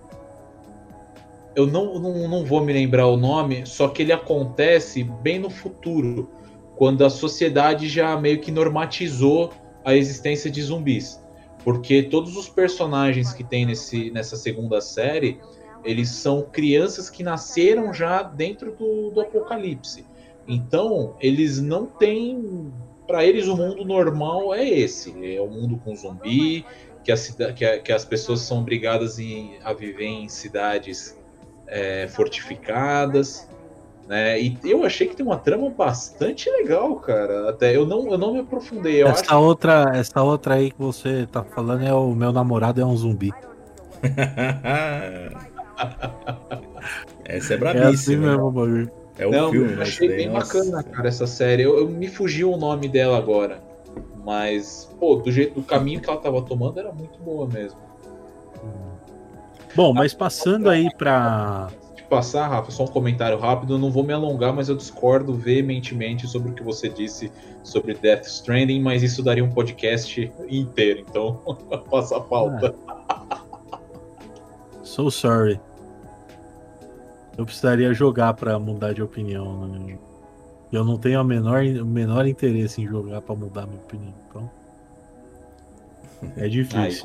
Eu não vou me lembrar o nome, só que ele acontece bem no futuro, quando a sociedade já meio que normatizou a existência de zumbis. Porque todos os personagens que tem nessa segunda série, eles são crianças que nasceram já dentro do apocalipse. Então, eles não têm... Para eles, o mundo normal é esse. É o mundo com zumbi, que as pessoas são obrigadas a viver em cidades fortificadas. Né? E eu achei que tem uma trama bastante legal, cara. Até eu não me aprofundei. Essa outra aí que você tá falando é o Meu Namorado é um Zumbi. Essa é brabíssima. É assim mesmo, bagulho. É um filme, né? Achei bem bacana, cara, essa série. Eu me fugiu o nome dela agora. Mas, pô, do caminho que ela tava tomando era muito boa mesmo. Bom, mas passando aí pra... passar, Rafa, só um comentário rápido, eu não vou me alongar, mas eu discordo veementemente sobre o que você disse sobre Death Stranding, mas isso daria um podcast inteiro, então passa a pauta. So sorry. Eu precisaria jogar pra mudar de opinião, né? Eu não tenho o menor interesse em jogar pra mudar minha opinião, então é difícil.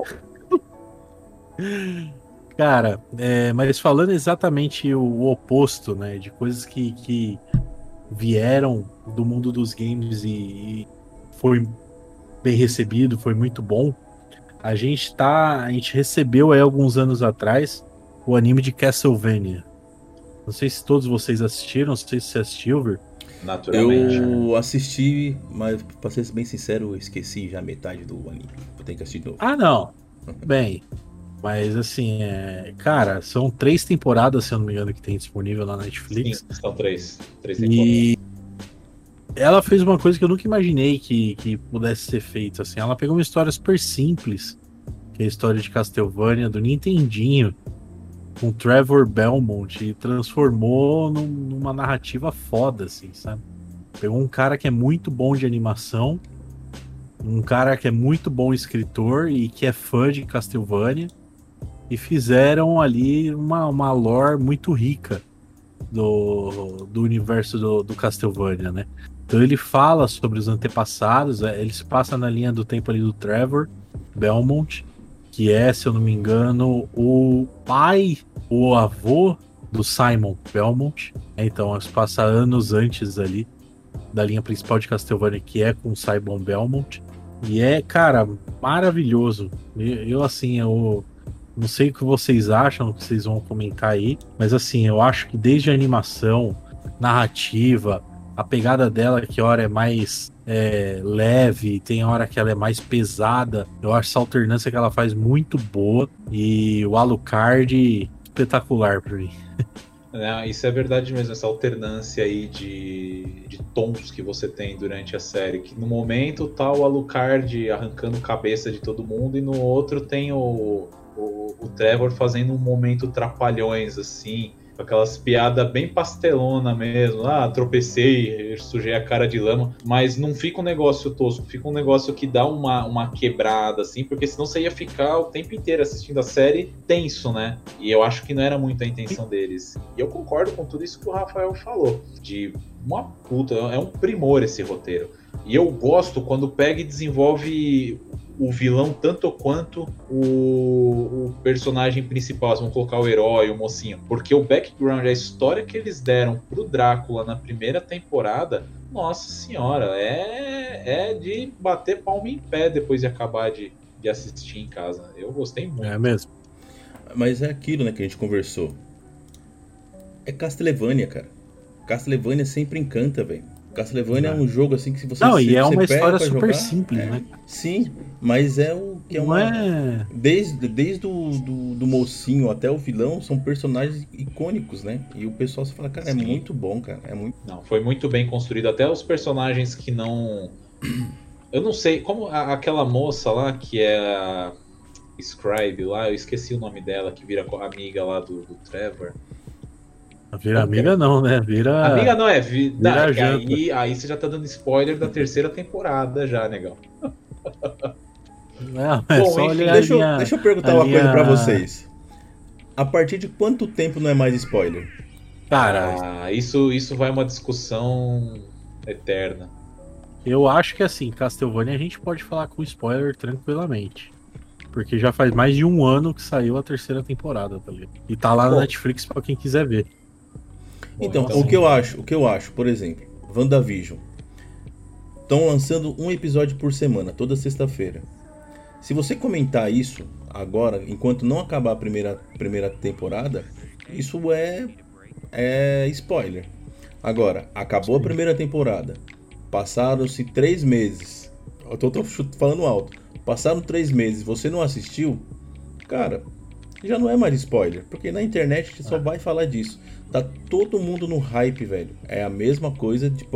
Cara, mas falando exatamente o oposto, né, de coisas que vieram do mundo dos games e foi bem recebido, foi muito bom. A gente recebeu aí alguns anos atrás o anime de Castlevania. Não sei se todos vocês assistiram, não sei se você assistiu, Vir. Naturalmente. Eu assisti, mas pra ser bem sincero, eu esqueci já metade do anime. Vou ter que assistir de novo. Ah, não. Bem... Mas assim, cara, são 3 temporadas, se eu não me engano, que tem disponível na Netflix. Sim, são 3 temporadas. E ela fez uma coisa que eu nunca imaginei que pudesse ser feita. Assim, ela pegou uma história super simples, que é a história de Castlevania, do Nintendinho, com Trevor Belmont, e transformou numa narrativa foda, assim, sabe? Pegou um cara que é muito bom de animação, um cara que é muito bom escritor e que é fã de Castlevania, e fizeram ali uma lore muito rica do universo do Castlevania, né? Então ele fala sobre os antepassados, ele se passa na linha do tempo ali do Trevor Belmont, que é, se eu não me engano, o pai ou avô do Simon Belmont. Então se passa anos antes ali da linha principal de Castlevania, que é com o Simon Belmont. E cara, maravilhoso. Eu não sei o que vocês acham, que vocês vão comentar aí, mas assim, eu acho que desde a animação, narrativa, a pegada dela, que hora é mais leve, tem hora que ela é mais pesada, eu acho essa alternância que ela faz muito boa, e o Alucard espetacular pra mim. Isso é verdade mesmo, essa alternância aí de tons que você tem durante a série, que no momento tá o Alucard arrancando cabeça de todo mundo, e no outro tem o o Trevor fazendo um momento trapalhões, assim, com aquelas piadas bem pastelona mesmo. Ah, tropecei, sujei a cara de lama. Mas não fica um negócio tosco, fica um negócio que dá uma quebrada, assim, porque senão você ia ficar o tempo inteiro assistindo a série tenso, né? E eu acho que não era muito a intenção deles. E eu concordo com tudo isso que o Rafael falou, de uma puta, é um primor esse roteiro. E eu gosto quando pega e desenvolve o vilão tanto quanto o personagem principal, vamos colocar o herói, o mocinho, porque o background, a história que eles deram pro Drácula na primeira temporada, nossa senhora, é de bater palma em pé depois de acabar de assistir em casa. Eu gostei muito. É mesmo. Mas é aquilo, né, que a gente conversou. É Castlevania, cara. Castlevania sempre encanta, velho. Castlevania é um jogo assim que se você Não, e é uma pega história pra super jogar, simples, né? Sim, mas é o que é Não uma. é... Desde do mocinho até o vilão são personagens icônicos, né? E o pessoal se fala, cara, é Sim. muito bom, cara. É muito. Não, foi muito bem construído. Até os personagens que não... Eu não sei, como aquela moça lá, que é a Scribe lá, eu esqueci o nome dela, que vira amiga lá do Trevor. Vira amiga não, né? Vira... Amiga não, vira janta. aí você já tá dando spoiler da terceira temporada já, negão. Não, é Bom, só enfim, olhar Deixa eu perguntar uma coisa pra vocês. A partir de quanto tempo não é mais spoiler? Cara, Isso vai uma discussão eterna. eu acho que assim, Castlevania a gente pode falar com spoiler tranquilamente. Porque já faz mais de um ano que saiu a terceira temporada, tá ligado? E tá lá na Netflix pra quem quiser ver. Então, o que eu acho, por exemplo, WandaVision. Estão lançando um episódio por semana, toda sexta-feira. Se você comentar isso agora, enquanto não acabar a primeira temporada, isso é spoiler. Agora, acabou a primeira temporada, passaram-se 3 meses, eu tô falando alto, passaram 3 meses, você não assistiu, cara, já não é mais spoiler, porque na internet você só vai falar disso. Tá todo mundo no hype, velho. É a mesma coisa do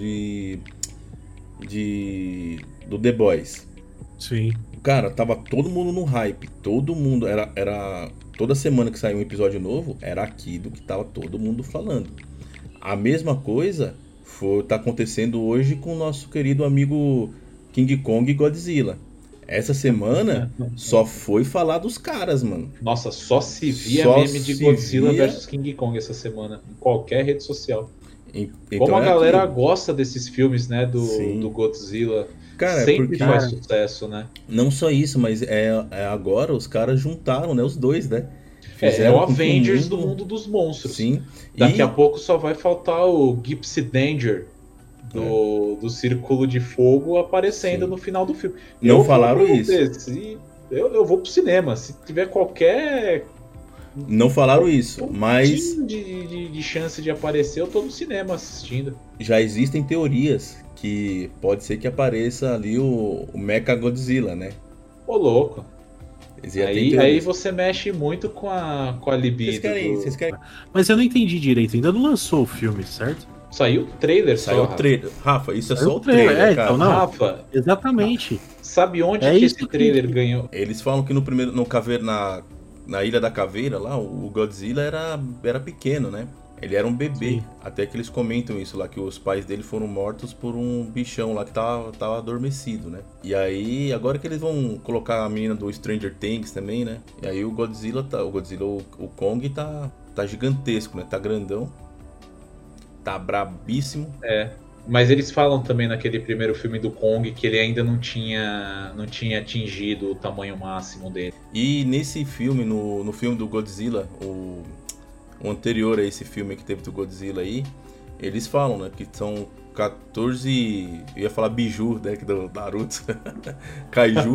The Boys. Sim. Cara, tava todo mundo no hype. Todo mundo. Era toda semana que saía um episódio novo, era aquilo que tava todo mundo falando. A mesma coisa tá acontecendo hoje com o nosso querido amigo King Kong e Godzilla. Essa semana só foi falar dos caras, mano. Nossa, só se via meme de Godzilla versus King Kong essa semana, em qualquer rede social. Então como a galera gosta desses filmes, né, do Godzilla. Cara, sempre faz sucesso, né? Não só isso, mas agora os caras juntaram, né, os dois, né? É o Avengers do mundo dos monstros. Sim. Daqui a pouco só vai faltar o Gypsy Danger do Círculo de Fogo aparecendo no final do filme. Não falaram isso. Eu vou pro cinema. Se tiver qualquer... Não falaram isso, mas... de chance de aparecer, eu tô no cinema assistindo. Já existem teorias que pode ser que apareça ali o Mechagodzilla, né? Ô, louco. Aí você mexe muito com a libido. Vocês querem? Mas eu não entendi direito, ainda não lançou o filme, certo? Saiu o trailer, Saiu o trailer. Rafa, isso é só o trailer, cara. Então, não. Rafa, exatamente. Sabe onde que esse trailer ganhou? Eles falam que na Ilha da Caveira lá, o Godzilla era pequeno, né? Ele era um bebê. Sim. Até que eles comentam isso lá, que os pais dele foram mortos por um bichão lá que tava adormecido, né? E aí, agora que eles vão colocar a menina do Stranger Things também, né? E aí o Kong tá gigantesco, né? Tá grandão. Tá brabíssimo. Mas eles falam também naquele primeiro filme do Kong que ele ainda não tinha atingido o tamanho máximo dele. E nesse filme, no filme do Godzilla, o anterior a esse filme que teve do Godzilla aí, eles falam, né, que são 14... Eu ia falar biju, né, do Naruto. Kaiju.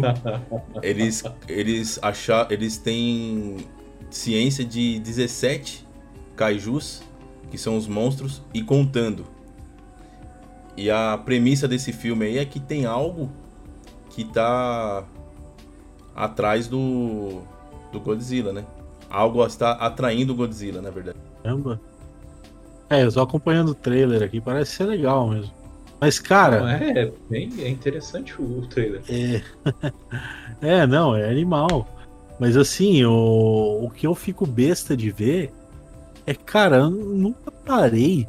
Eles têm ciência de 17 kaijus, que são os monstros, e contando. E a premissa desse filme aí é que tem algo que tá atrás do Godzilla, né? Algo está atraindo o Godzilla, na verdade. Caramba. Eu tô acompanhando o trailer aqui, parece ser legal mesmo. Mas, cara... É interessante o trailer. Não, é animal. Mas assim, o que eu fico besta de ver é, cara, eu nunca parei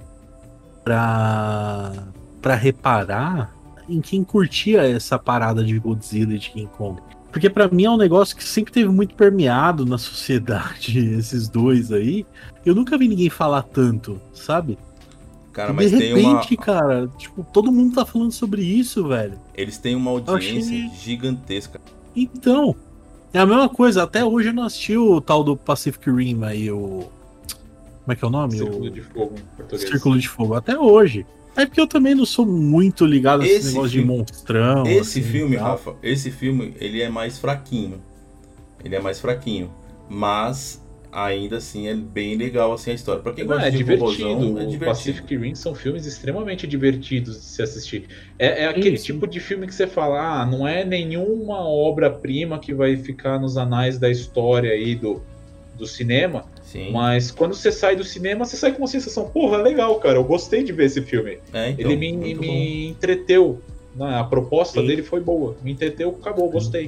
pra reparar em quem curtia essa parada de Godzilla e de King Kong. Porque pra mim é um negócio que sempre teve muito permeado na sociedade, esses dois aí. Eu nunca vi ninguém falar tanto, sabe? Cara, E mas de tem uma. repente, cara, tipo, todo mundo tá falando sobre isso, velho. Eles têm uma Eu achei- audiência gigantesca. Então, é a mesma coisa. Até hoje eu não assisti o tal do Pacific Rim aí, o... Como é que é o nome? Círculo O de Fogo em português. Círculo de Fogo. Até hoje. É porque eu também não sou muito ligado a esse Esse negócio de filme- monstrão. Esse assim, filme, e tal. Rafa, esse filme, ele é mais fraquinho. Ele é mais fraquinho. Mas, ainda assim, é bem legal assim, a história. Pra quem Não, gosta é de divertido. robozão, é O divertido. Pacific Rim são filmes extremamente divertidos de se assistir. É aquele Sim. tipo de filme que você fala, ah, não é nenhuma obra-prima que vai ficar nos anais da história aí do cinema, Sim. mas quando você sai do cinema, você sai com uma sensação, porra, legal, cara, eu gostei de ver esse filme. É, então, Ele muito bom. me entreteu, né? A proposta Sim. dele foi boa, me entreteu, acabou, gostei.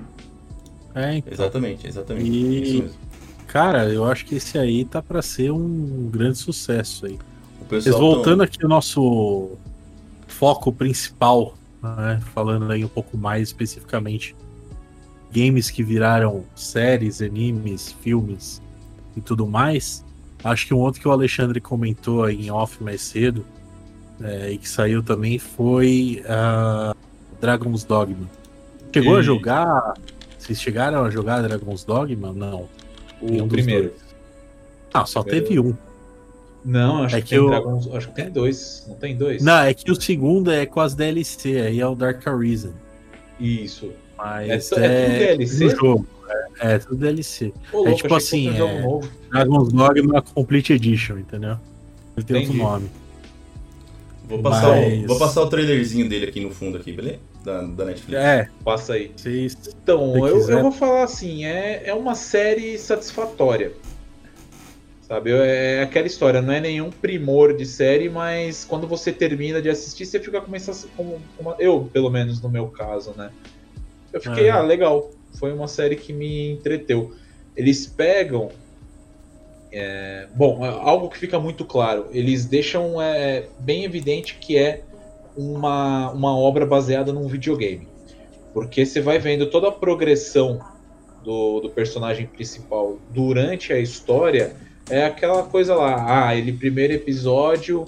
É, então. Exatamente. E- Isso mesmo. Cara, eu acho que esse aí tá pra ser um grande sucesso aí. O Mas pessoal voltando aqui ao nosso foco principal, né, falando aí um pouco mais especificamente, games que viraram séries, animes, filmes e tudo mais, acho que um outro que o Alexandre comentou aí em off mais cedo, e que saiu também, foi Dragon's Dogma. Chegou a E- jogar? Vocês chegaram a jogar Dragon's Dogma? Não. Nenhum O dos primeiro. dois. Ah, só Primeiro- teve um. Não, acho É que que tem eu- Dragons, acho que tem dois, não tem dois? Não, é que o segundo é com as DLC, aí é o Dark Arisen. Isso. Mas É tudo DLC? no jogo. É tudo DLC. Ô, louco, tipo achei que assim, fosse um jogo novo. Dragon's Dogma Complete Edition, entendeu? Ele tem Entendi. outro nome. Vou passar, Mas- vou passar o trailerzinho dele aqui no fundo, aqui, beleza? Da Netflix. É, Passa aí. vocês. Então, Se eu quiser. vou falar assim, é uma série satisfatória. Sabe, é aquela história, não é nenhum primor de série, mas quando você termina de assistir, você fica começando eu, pelo menos no meu caso, né? Eu fiquei, legal. Foi uma série que me entreteu. Eles pegam. Bom, algo que fica muito claro, eles deixam bem evidente que é uma obra baseada num videogame. Porque você vai vendo toda a progressão do personagem principal durante a história, é aquela coisa lá, ele primeiro episódio,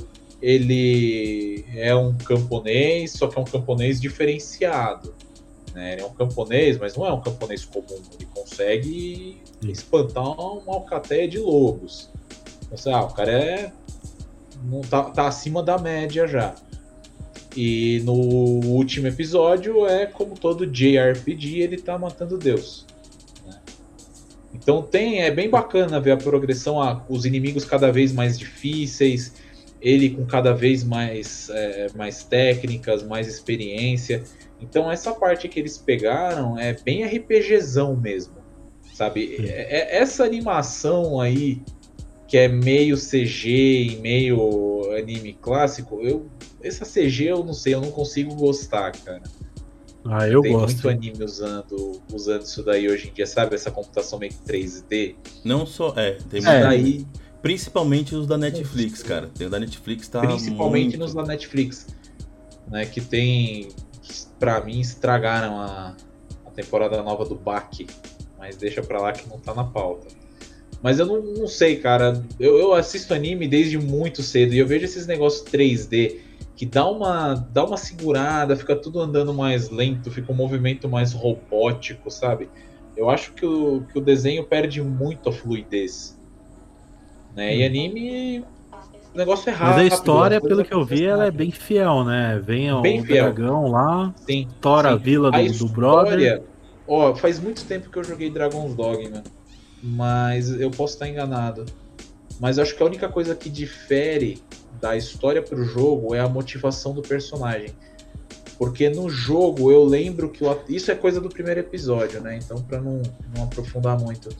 ele é um camponês, só que é um camponês diferenciado. Né? Ele é um camponês, mas não é um camponês comum, ele consegue espantar uma alcateia de lobos. Então, o cara não tá acima da média já. E no último episódio como todo JRPG, ele tá matando Deus. Né? Então é bem bacana ver a progressão, os inimigos cada vez mais difíceis, ele com cada vez mais técnicas, mais experiência. Então essa parte que eles pegaram é bem RPGzão mesmo, sabe? Essa animação aí, que é meio CG e meio anime clássico, essa CG eu não sei, eu não consigo gostar, cara. Eu Tem gosto. muito anime usando isso daí hoje em dia, sabe? Essa computação meio que 3D. Não só. Tem Isso daí, principalmente os da Netflix, cara. Tem o da Netflix, tá? principalmente muito... nos da Netflix, né? Que tem, pra mim, estragaram a temporada nova do Baki, mas deixa pra lá que não tá na pauta. Mas eu não sei, cara. Eu assisto anime desde muito cedo e eu vejo esses negócios 3D que dá uma segurada, fica tudo andando mais lento, fica um movimento mais robótico, sabe? Eu acho que o desenho perde muito a fluidez. Né? E anime, o negócio é rápido. Mas a história, as coisas pelo que eu vi, ela é acontecem bem fiel, né? Vem Bem o fiel. dragão lá, Sim, tora a sim. vila A do brother. Ó, faz muito tempo que eu joguei Dragon's Dogma, mas eu posso estar enganado. Mas acho que a única coisa que difere da história pro jogo é a motivação do personagem. Porque no jogo eu lembro que isso é coisa do primeiro episódio, né? Então, pra não aprofundar muito.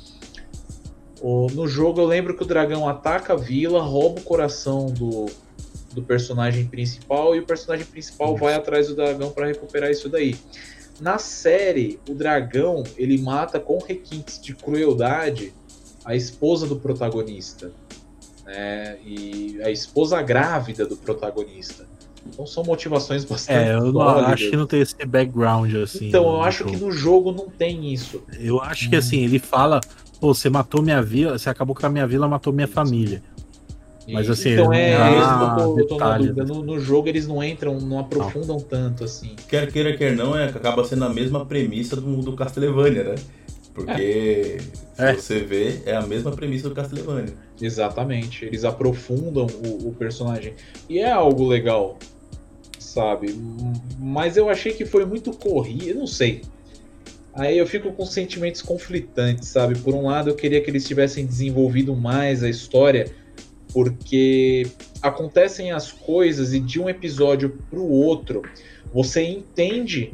No jogo eu lembro que o dragão ataca a vila, rouba o coração do personagem principal e o personagem principal vai atrás do dragão para recuperar isso daí. na série, o dragão, ele mata com requintes de crueldade a esposa do protagonista, né? E a esposa grávida do protagonista. Então são motivações bastante eu não acho que não tem esse background assim. Então, eu acho que no jogo não tem isso. Eu acho que assim, ele fala, pô, você matou minha vila, você acabou com a minha vila, matou minha família. Mas assim, então eu tô na detalhe, dúvida. No jogo eles não entram, não aprofundam tanto assim. Quer queira, quer não, acaba sendo a mesma premissa do Castlevania, né? Porque se você vê, é a mesma premissa do Castlevania. Exatamente. Eles aprofundam o personagem. E é algo legal, sabe? Mas eu achei que foi muito corrido, não sei. Aí eu fico com sentimentos conflitantes, sabe? Por um lado, eu queria que eles tivessem desenvolvido mais a história, porque acontecem as coisas e de um episódio pro outro, você entende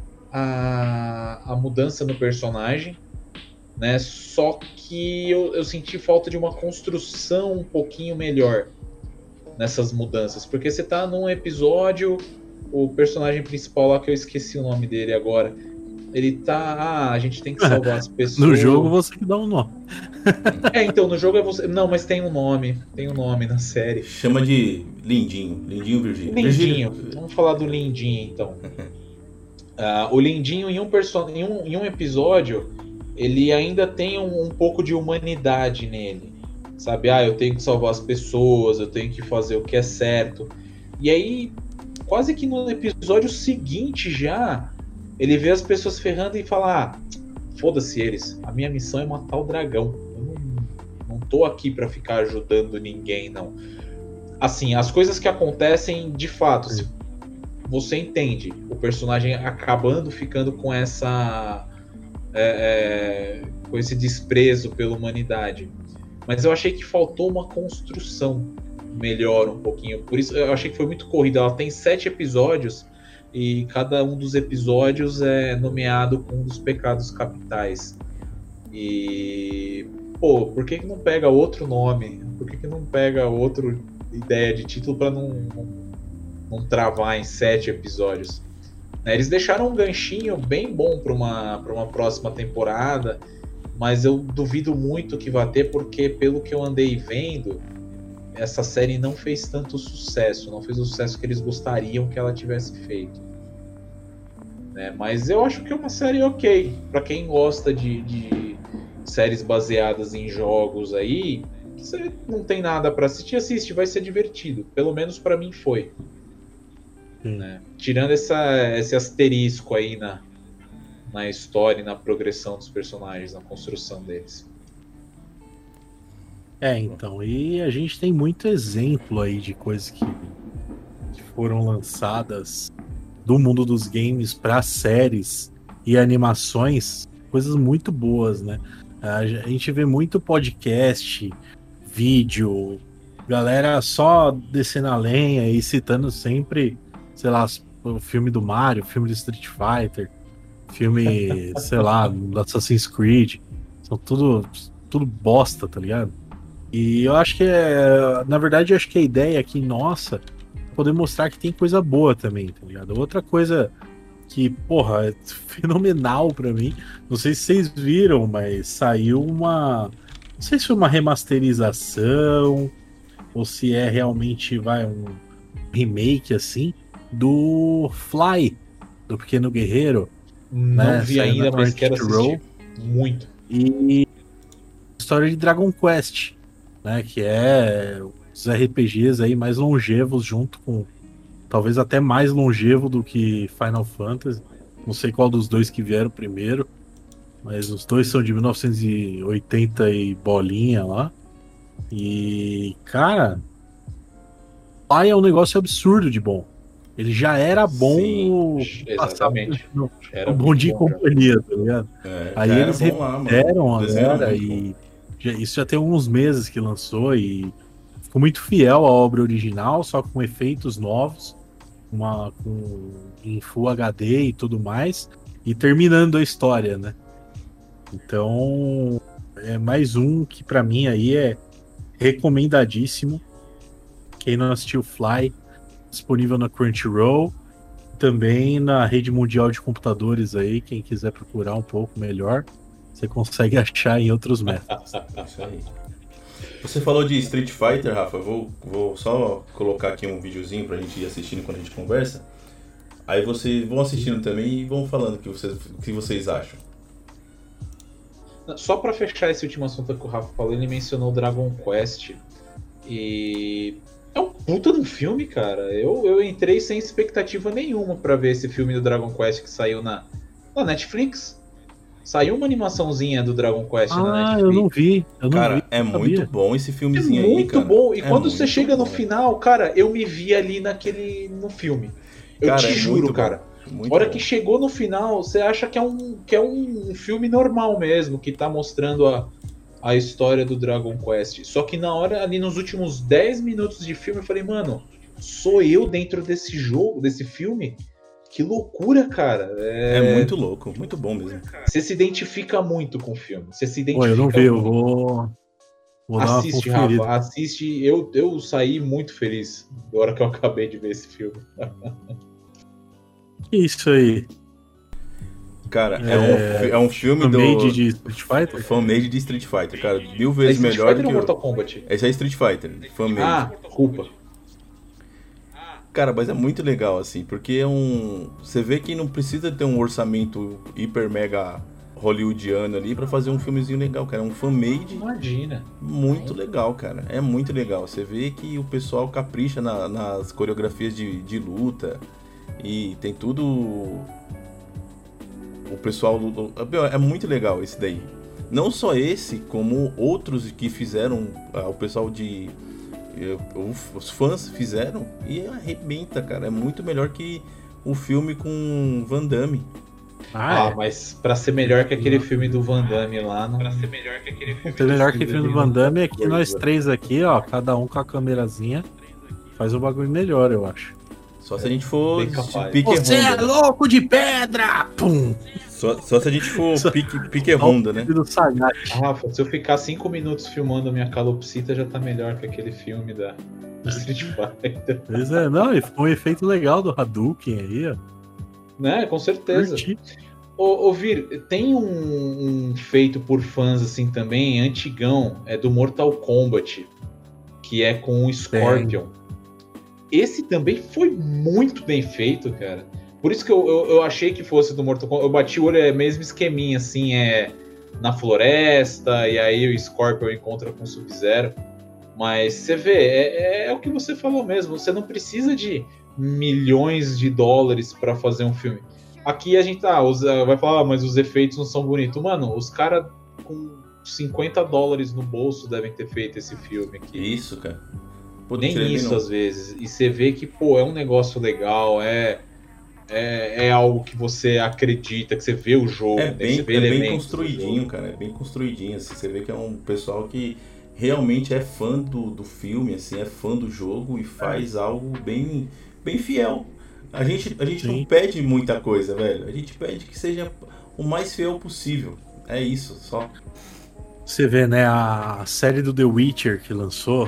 a mudança no personagem, né? Só que eu senti falta de uma construção um pouquinho melhor nessas mudanças, porque você tá num episódio, o personagem principal lá, que eu esqueci o nome dele agora, ele tá, a gente tem que salvar as pessoas. No jogo você que dá um nome. Então, no jogo é você, não, mas tem um nome na série. Chama de Lindinho Virgílio. Lindinho, vamos falar do Lindinho então. O Lindinho em um episódio, ele ainda tem um pouco de humanidade nele, sabe? Eu tenho que salvar as pessoas, eu tenho que fazer o que é certo. E aí, quase que no episódio seguinte já, ele vê as pessoas ferrando e fala: foda-se eles, a minha missão é matar o dragão. Eu não tô aqui pra ficar ajudando ninguém, não. Assim, as coisas que acontecem de fato, se você entende o personagem acabando ficando com essa com esse desprezo pela humanidade, mas eu achei que faltou uma construção melhor um pouquinho. Por isso eu achei que foi muito corrida. Ela tem 7 episódios e cada um dos episódios é nomeado com um dos pecados capitais. E pô, por que não pega outro nome? Por que não pega outra ideia de título para não travar em 7 episódios? Eles deixaram um ganchinho bem bom para uma próxima temporada, mas eu duvido muito que vá ter, porque pelo que eu andei vendo, essa série não fez tanto sucesso, não fez o sucesso que eles gostariam que ela tivesse feito. Mas eu acho que é uma série ok, para quem gosta de séries baseadas em jogos aí, você não tem nada para assistir, assiste, vai ser divertido, pelo menos para mim foi. Tirando esse asterisco aí na história e na progressão dos personagens, na construção deles. Então, e a gente tem muito exemplo aí de coisas que foram lançadas do mundo dos games para séries e animações, coisas muito boas, né? A gente vê muito podcast, vídeo, galera só descendo a lenha e citando sempre, sei lá, o filme do Mario, filme do Street Fighter, filme, sei lá, do Assassin's Creed. São tudo bosta, tá ligado? E eu acho que na verdade, eu acho que a ideia aqui nossa é poder mostrar que tem coisa boa também, tá ligado? Outra coisa que, porra, é fenomenal pra mim, não sei se vocês viram, mas saiu não sei se foi uma remasterização ou se é realmente um remake assim do Fly, do Pequeno Guerreiro. Não vi ainda, mas quero assistir muito. E história de Dragon Quest, né, que é os RPGs aí mais longevos, junto com talvez até mais longevo do que Final Fantasy. Não sei qual dos dois que vieram primeiro, mas os dois são de 1980 e bolinha lá. E, cara, Fly é um negócio absurdo de bom. Ele já era bom. Sim, exatamente. Era bom de companhia, tá ligado? Aí eles refizeram agora e isso já tem alguns meses que lançou e ficou muito fiel à obra original, só com efeitos novos, em Full HD e tudo mais, e terminando a história, né? Então é mais um que pra mim aí é recomendadíssimo. Quem não assistiu Fly, disponível na Crunchyroll. Também na rede mundial de computadores aí, quem quiser procurar um pouco melhor, você consegue achar em outros métodos. Isso aí. Você falou de Street Fighter, Rafa. Eu vou só colocar aqui um videozinho pra gente ir assistindo quando a gente conversa. Aí vocês vão assistindo também e vão falando o que vocês acham. Só pra fechar esse último assunto que o Rafa falou, ele mencionou o Dragon Quest. E é um puta de um filme, cara. Eu entrei sem expectativa nenhuma pra ver esse filme do Dragon Quest que saiu na Netflix. Saiu uma animaçãozinha do Dragon Quest na Netflix. Eu não vi. Cara, é muito bom esse filmezinho aí, muito cara. Bom. E quando você chega bom. No final, cara, eu me vi ali no filme. Eu cara, te juro, cara. A hora que chegou no final, você acha que é um filme normal mesmo, que tá mostrando a história do Dragon Quest. Só que na hora, ali nos últimos 10 minutos de filme, eu falei, mano, sou eu dentro desse jogo, desse filme? Que loucura, cara. É muito louco, muito bom mesmo. Você se identifica muito com o filme. Você se identifica. Pô, eu não vi, eu vou dar assiste, uma conferida. Rafa, assiste. Eu saí muito feliz na hora que eu acabei de ver esse filme. Que isso aí? Cara, é um filme do... Fan-made de Street Fighter? Fan-made de Street Fighter, cara. 1000 vezes melhor do que o Mortal Kombat? Esse é Street Fighter, fan-made. Ah, desculpa. Cara, mas é muito legal, assim, porque você vê que não precisa ter um orçamento hiper mega hollywoodiano ali pra fazer um filmezinho legal, cara. É um fan-made. Imagina. Muito legal, cara. É muito legal. Você vê que o pessoal capricha nas coreografias de luta. E tem tudo... O pessoal... É muito legal esse daí. Não só esse, como outros que fizeram... O pessoal de... Os fãs fizeram e arrebenta, cara. É muito melhor que o filme com Van Damme. Mas pra ser melhor que aquele filme do Van Damme lá, não. Pra ser melhor que aquele filme. Ser melhor que o filme do Van Damme é que nós três aqui, ó, cada um com a câmerazinha, faz um bagulho melhor, eu acho. Só se a gente for pique Você Honda. É louco de pedra! Pum! Só se a gente for pique Honda, né? Rafa, se eu ficar 5 minutos filmando a minha calopsita, já tá melhor que aquele filme da Street Fighter. Pois é, não, e foi um efeito legal do Hadouken aí, ó. Né, com certeza. Ô Vir, tem um feito por fãs assim também, antigão, é do Mortal Kombat, que é com o Scorpion. Esse também foi muito bem feito, cara. Por isso que eu achei que fosse do Mortal Kombat. Eu bati o olho, é mesmo esqueminha, assim, na floresta, e aí o Scorpion encontra com o Sub-Zero. Mas você vê, é o que você falou mesmo. Você não precisa de milhões de dólares pra fazer um filme. Aqui a gente vai falar, mas os efeitos não são bonitos. Mano, os caras com $50 no bolso devem ter feito esse filme aqui. Isso, cara. Nem isso, às vezes. E você vê que, pô, é um negócio legal, é algo que você acredita, que você vê o jogo. É bem construidinho, cara. É bem construidinho. Assim, você vê que é um pessoal que realmente é fã do filme, assim, é fã do jogo e faz algo bem, bem fiel. A gente não pede muita coisa, velho. A gente pede que seja o mais fiel possível. É isso, só. Você vê, né, a série do The Witcher que lançou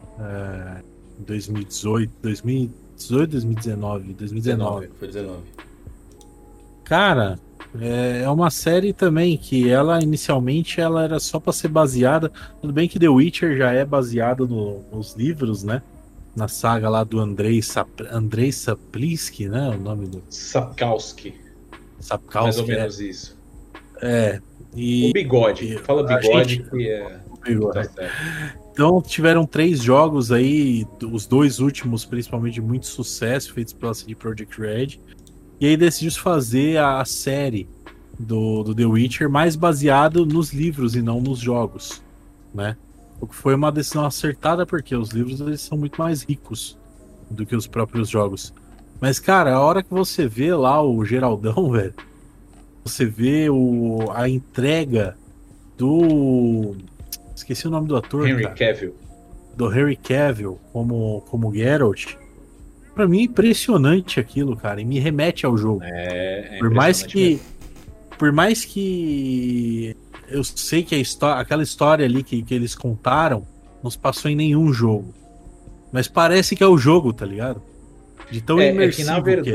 em 2018, 2019. Foi 19. Cara, é uma série também que ela inicialmente ela era só pra ser baseada. Tudo bem que The Witcher já é baseado nos livros, né? Na saga lá do Andrei Sapkowski, né? O nome do. Sapkowski. Mais ou menos isso. E, o bigode. Fala bigode que é. O bigode. Tá, então tiveram 3 jogos aí, os 2 últimos principalmente de muito sucesso, feitos pela CD Projekt Red. E aí decidiu fazer a série do The Witcher mais baseado nos livros e não nos jogos, né? O que foi uma decisão acertada, porque os livros eles são muito mais ricos do que os próprios jogos. Mas, cara, a hora que você vê lá o Geraldão, velho, você vê a entrega do... Esqueci o nome do ator, Cavill. Do Henry Cavill como Geralt. Pra mim é impressionante aquilo, cara, e me remete ao jogo. Por mais que eu sei que aquela história ali que eles contaram não se passou em nenhum jogo. Mas parece que é o jogo, tá ligado? De tão imersivo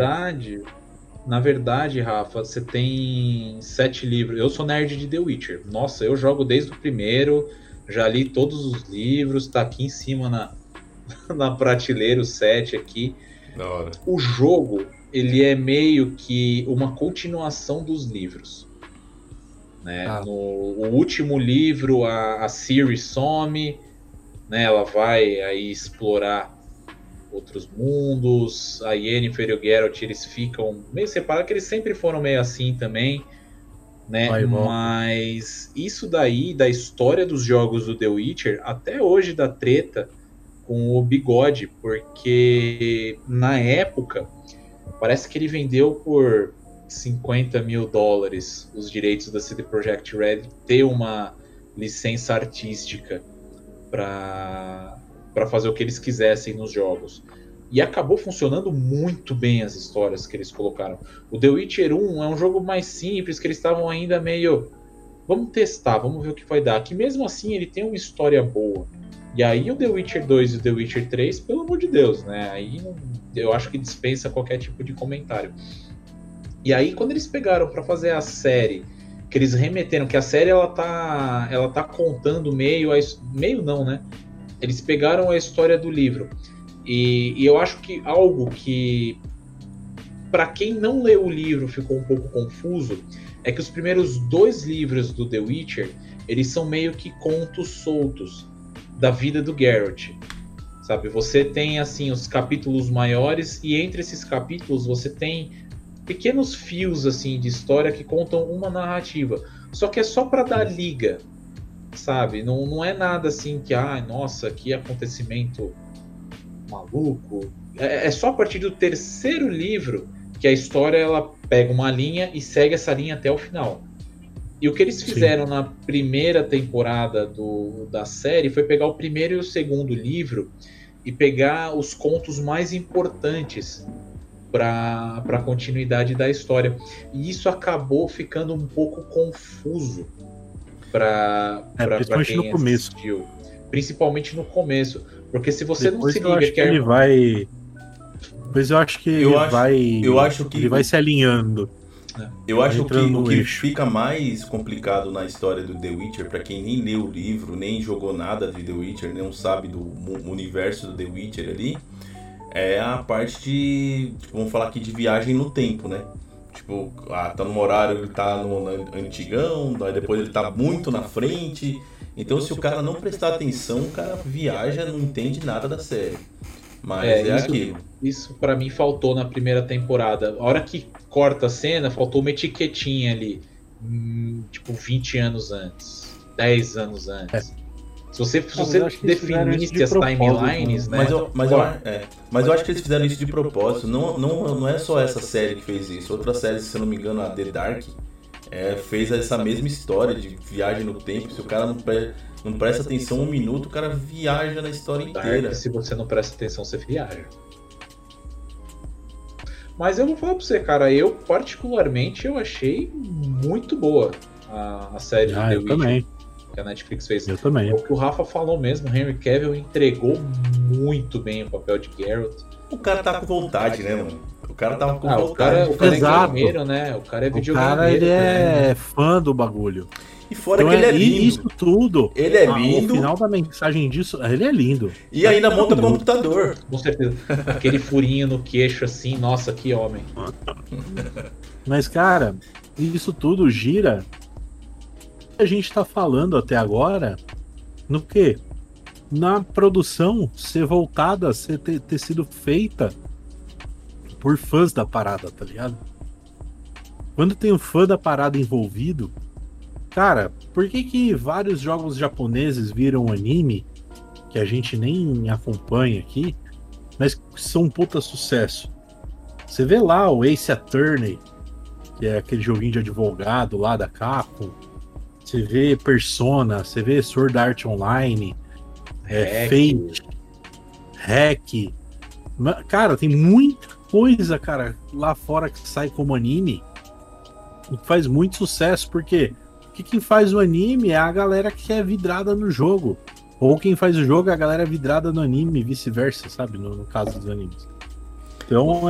na verdade, Rafa, você tem 7 livros. Eu sou nerd de The Witcher. Nossa, eu jogo desde o primeiro, já li todos os livros, tá aqui em cima na prateleira o 7 aqui. Da hora. O jogo, ele é meio que uma continuação dos livros. Né? No último livro, a Ciri some, né? Ela vai aí explorar outros mundos, a Yennefer e o Geralt, eles ficam meio separados, que eles sempre foram meio assim também, né? Mas isso daí, da história dos jogos do The Witcher, até hoje dá treta com o Bigode, porque na época, parece que ele vendeu por $50 mil os direitos da CD Projekt Red ter uma licença artística para fazer o que eles quisessem nos jogos. E acabou funcionando muito bem as histórias que eles colocaram. O The Witcher 1 é um jogo mais simples, que eles estavam ainda meio... Vamos testar, vamos ver o que vai dar. Que mesmo assim ele tem uma história boa. E aí o The Witcher 2 e o The Witcher 3, pelo amor de Deus, né? Aí eu acho que dispensa qualquer tipo de comentário. E aí quando eles pegaram para fazer a série, que eles remeteram, que a série ela tá contando meio não, né? Eles pegaram a história do livro. E eu acho que algo que, para quem não leu o livro, ficou um pouco confuso, é que os primeiros 2 livros do The Witcher, eles são meio que contos soltos da vida do Geralt. Sabe? Você tem, assim, os capítulos maiores, e entre esses capítulos você tem pequenos fios, assim, de história que contam uma narrativa. Só que é só para dar liga. Sabe, não é nada assim que, nossa, que acontecimento maluco. É só a partir do 3º livro que a história ela pega uma linha e segue essa linha até o final. E o que eles fizeram na primeira temporada da série foi pegar o 1º e o 2º livro e pegar os contos mais importantes para a continuidade da história. E isso acabou ficando um pouco confuso para quem assistiu. Principalmente no começo. Porque se você depois não se liga que ele vai... Depois eu acho que ele vai se alinhando. Eu acho que o que fica mais complicado na história do The Witcher, pra quem nem leu o livro, nem jogou nada de The Witcher, não sabe do universo do The Witcher ali, é a parte de, tipo, vamos falar aqui de viagem no tempo, né? Tipo, tá num horário, ele tá no antigão, daí depois ele tá muito na frente. Então se o cara não prestar atenção, o cara viaja, não entende nada da série. Mas aquilo. Isso pra mim faltou na primeira temporada. A hora que corta a cena, faltou uma etiquetinha ali. Tipo, 20 anos antes. 10 anos antes. Se você definisse as timelines, né? Mas eu acho que eles fizeram isso de propósito. Não é só essa série que fez isso. Outra série, se eu não me engano, a The Dark, fez essa mesma história de viagem no tempo. Se o cara não presta atenção 1 minuto, o cara viaja na história inteira. Se você não presta atenção, você viaja. Mas eu vou falar pra você, cara, eu particularmente eu achei muito boa a série de The Witcher. Também. Que a Netflix fez. Eu também. O que o Rafa falou mesmo, o Henry Cavill entregou muito bem o papel de Geralt. O cara tá com vontade, né, mano? O cara tava com vontade. O cara é gameiro, né? O cara é videogameiro. O cara, ele é fã do bagulho. E fora então que ele é lindo. Isso tudo. Ele é lindo. O final da mensagem disso, ele é lindo. E ainda monta computador. Com certeza. Aquele furinho no queixo assim, nossa, que homem. Mas, cara, isso tudo gira... A gente tá falando até agora no quê? Na produção ser voltada, ter sido feita por fãs da parada, tá ligado? Quando tem um fã da parada envolvido, cara, por que vários jogos japoneses viram anime, que a gente nem acompanha aqui, mas são um puta sucesso? Você vê lá o Ace Attorney, que é aquele joguinho de advogado lá da Capcom. Você vê Persona, você vê Sword Art Online, Fate, Hack. Cara, tem muita coisa, cara, lá fora que sai como anime e faz muito sucesso, porque quem faz o anime é a galera que é vidrada no jogo. Ou quem faz o jogo é a galera vidrada no anime e vice-versa, sabe? No caso dos animes. Então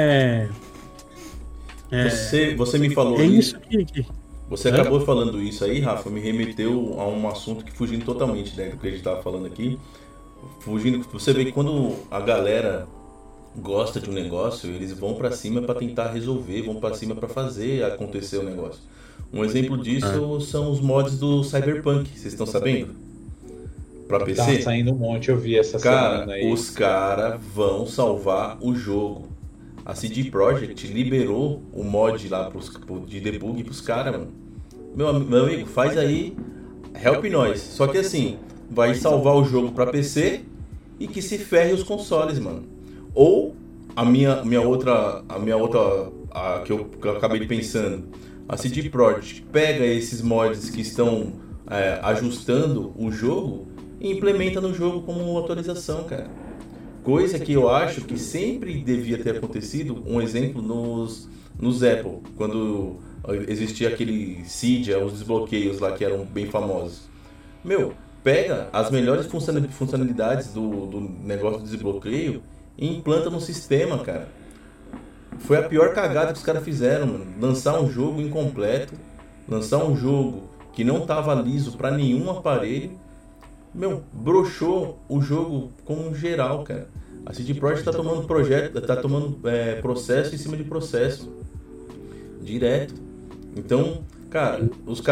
Você me falou isso que você acabou falando isso aí, Rafa, me remeteu a um assunto que fugindo totalmente, né, do que a gente estava falando aqui. Você vê que quando a galera gosta de um negócio, eles vão pra cima para tentar resolver, vão pra cima para fazer acontecer o negócio. Um exemplo disso são os mods do Cyberpunk, vocês estão sabendo? Pra PC? Tá saindo um monte, eu vi essa semana aí. Os caras vão salvar o jogo. A CD Projekt liberou o mod lá de debug pros caras, mano. Meu amigo, faz aí, help nós. Só que assim, vai salvar o jogo pra PC e que se ferre os consoles, mano. Ou a minha outra, que eu acabei pensando, a CD Projekt pega esses mods que estão ajustando o jogo e implementa no jogo como atualização, cara. Coisa que eu acho que sempre devia ter acontecido, um exemplo nos Apple, quando existia aquele Cydia, os desbloqueios lá que eram bem famosos. Meu, pega as melhores funcionalidades do negócio de desbloqueio e implanta no sistema, cara. Foi a pior cagada que os caras fizeram, mano. Lançar um jogo incompleto, lançar um jogo que não tava liso para nenhum aparelho. Meu, broxou o jogo como geral, cara. A CD Projekt tá tomando processo em cima de processo. Direto. Então, cara,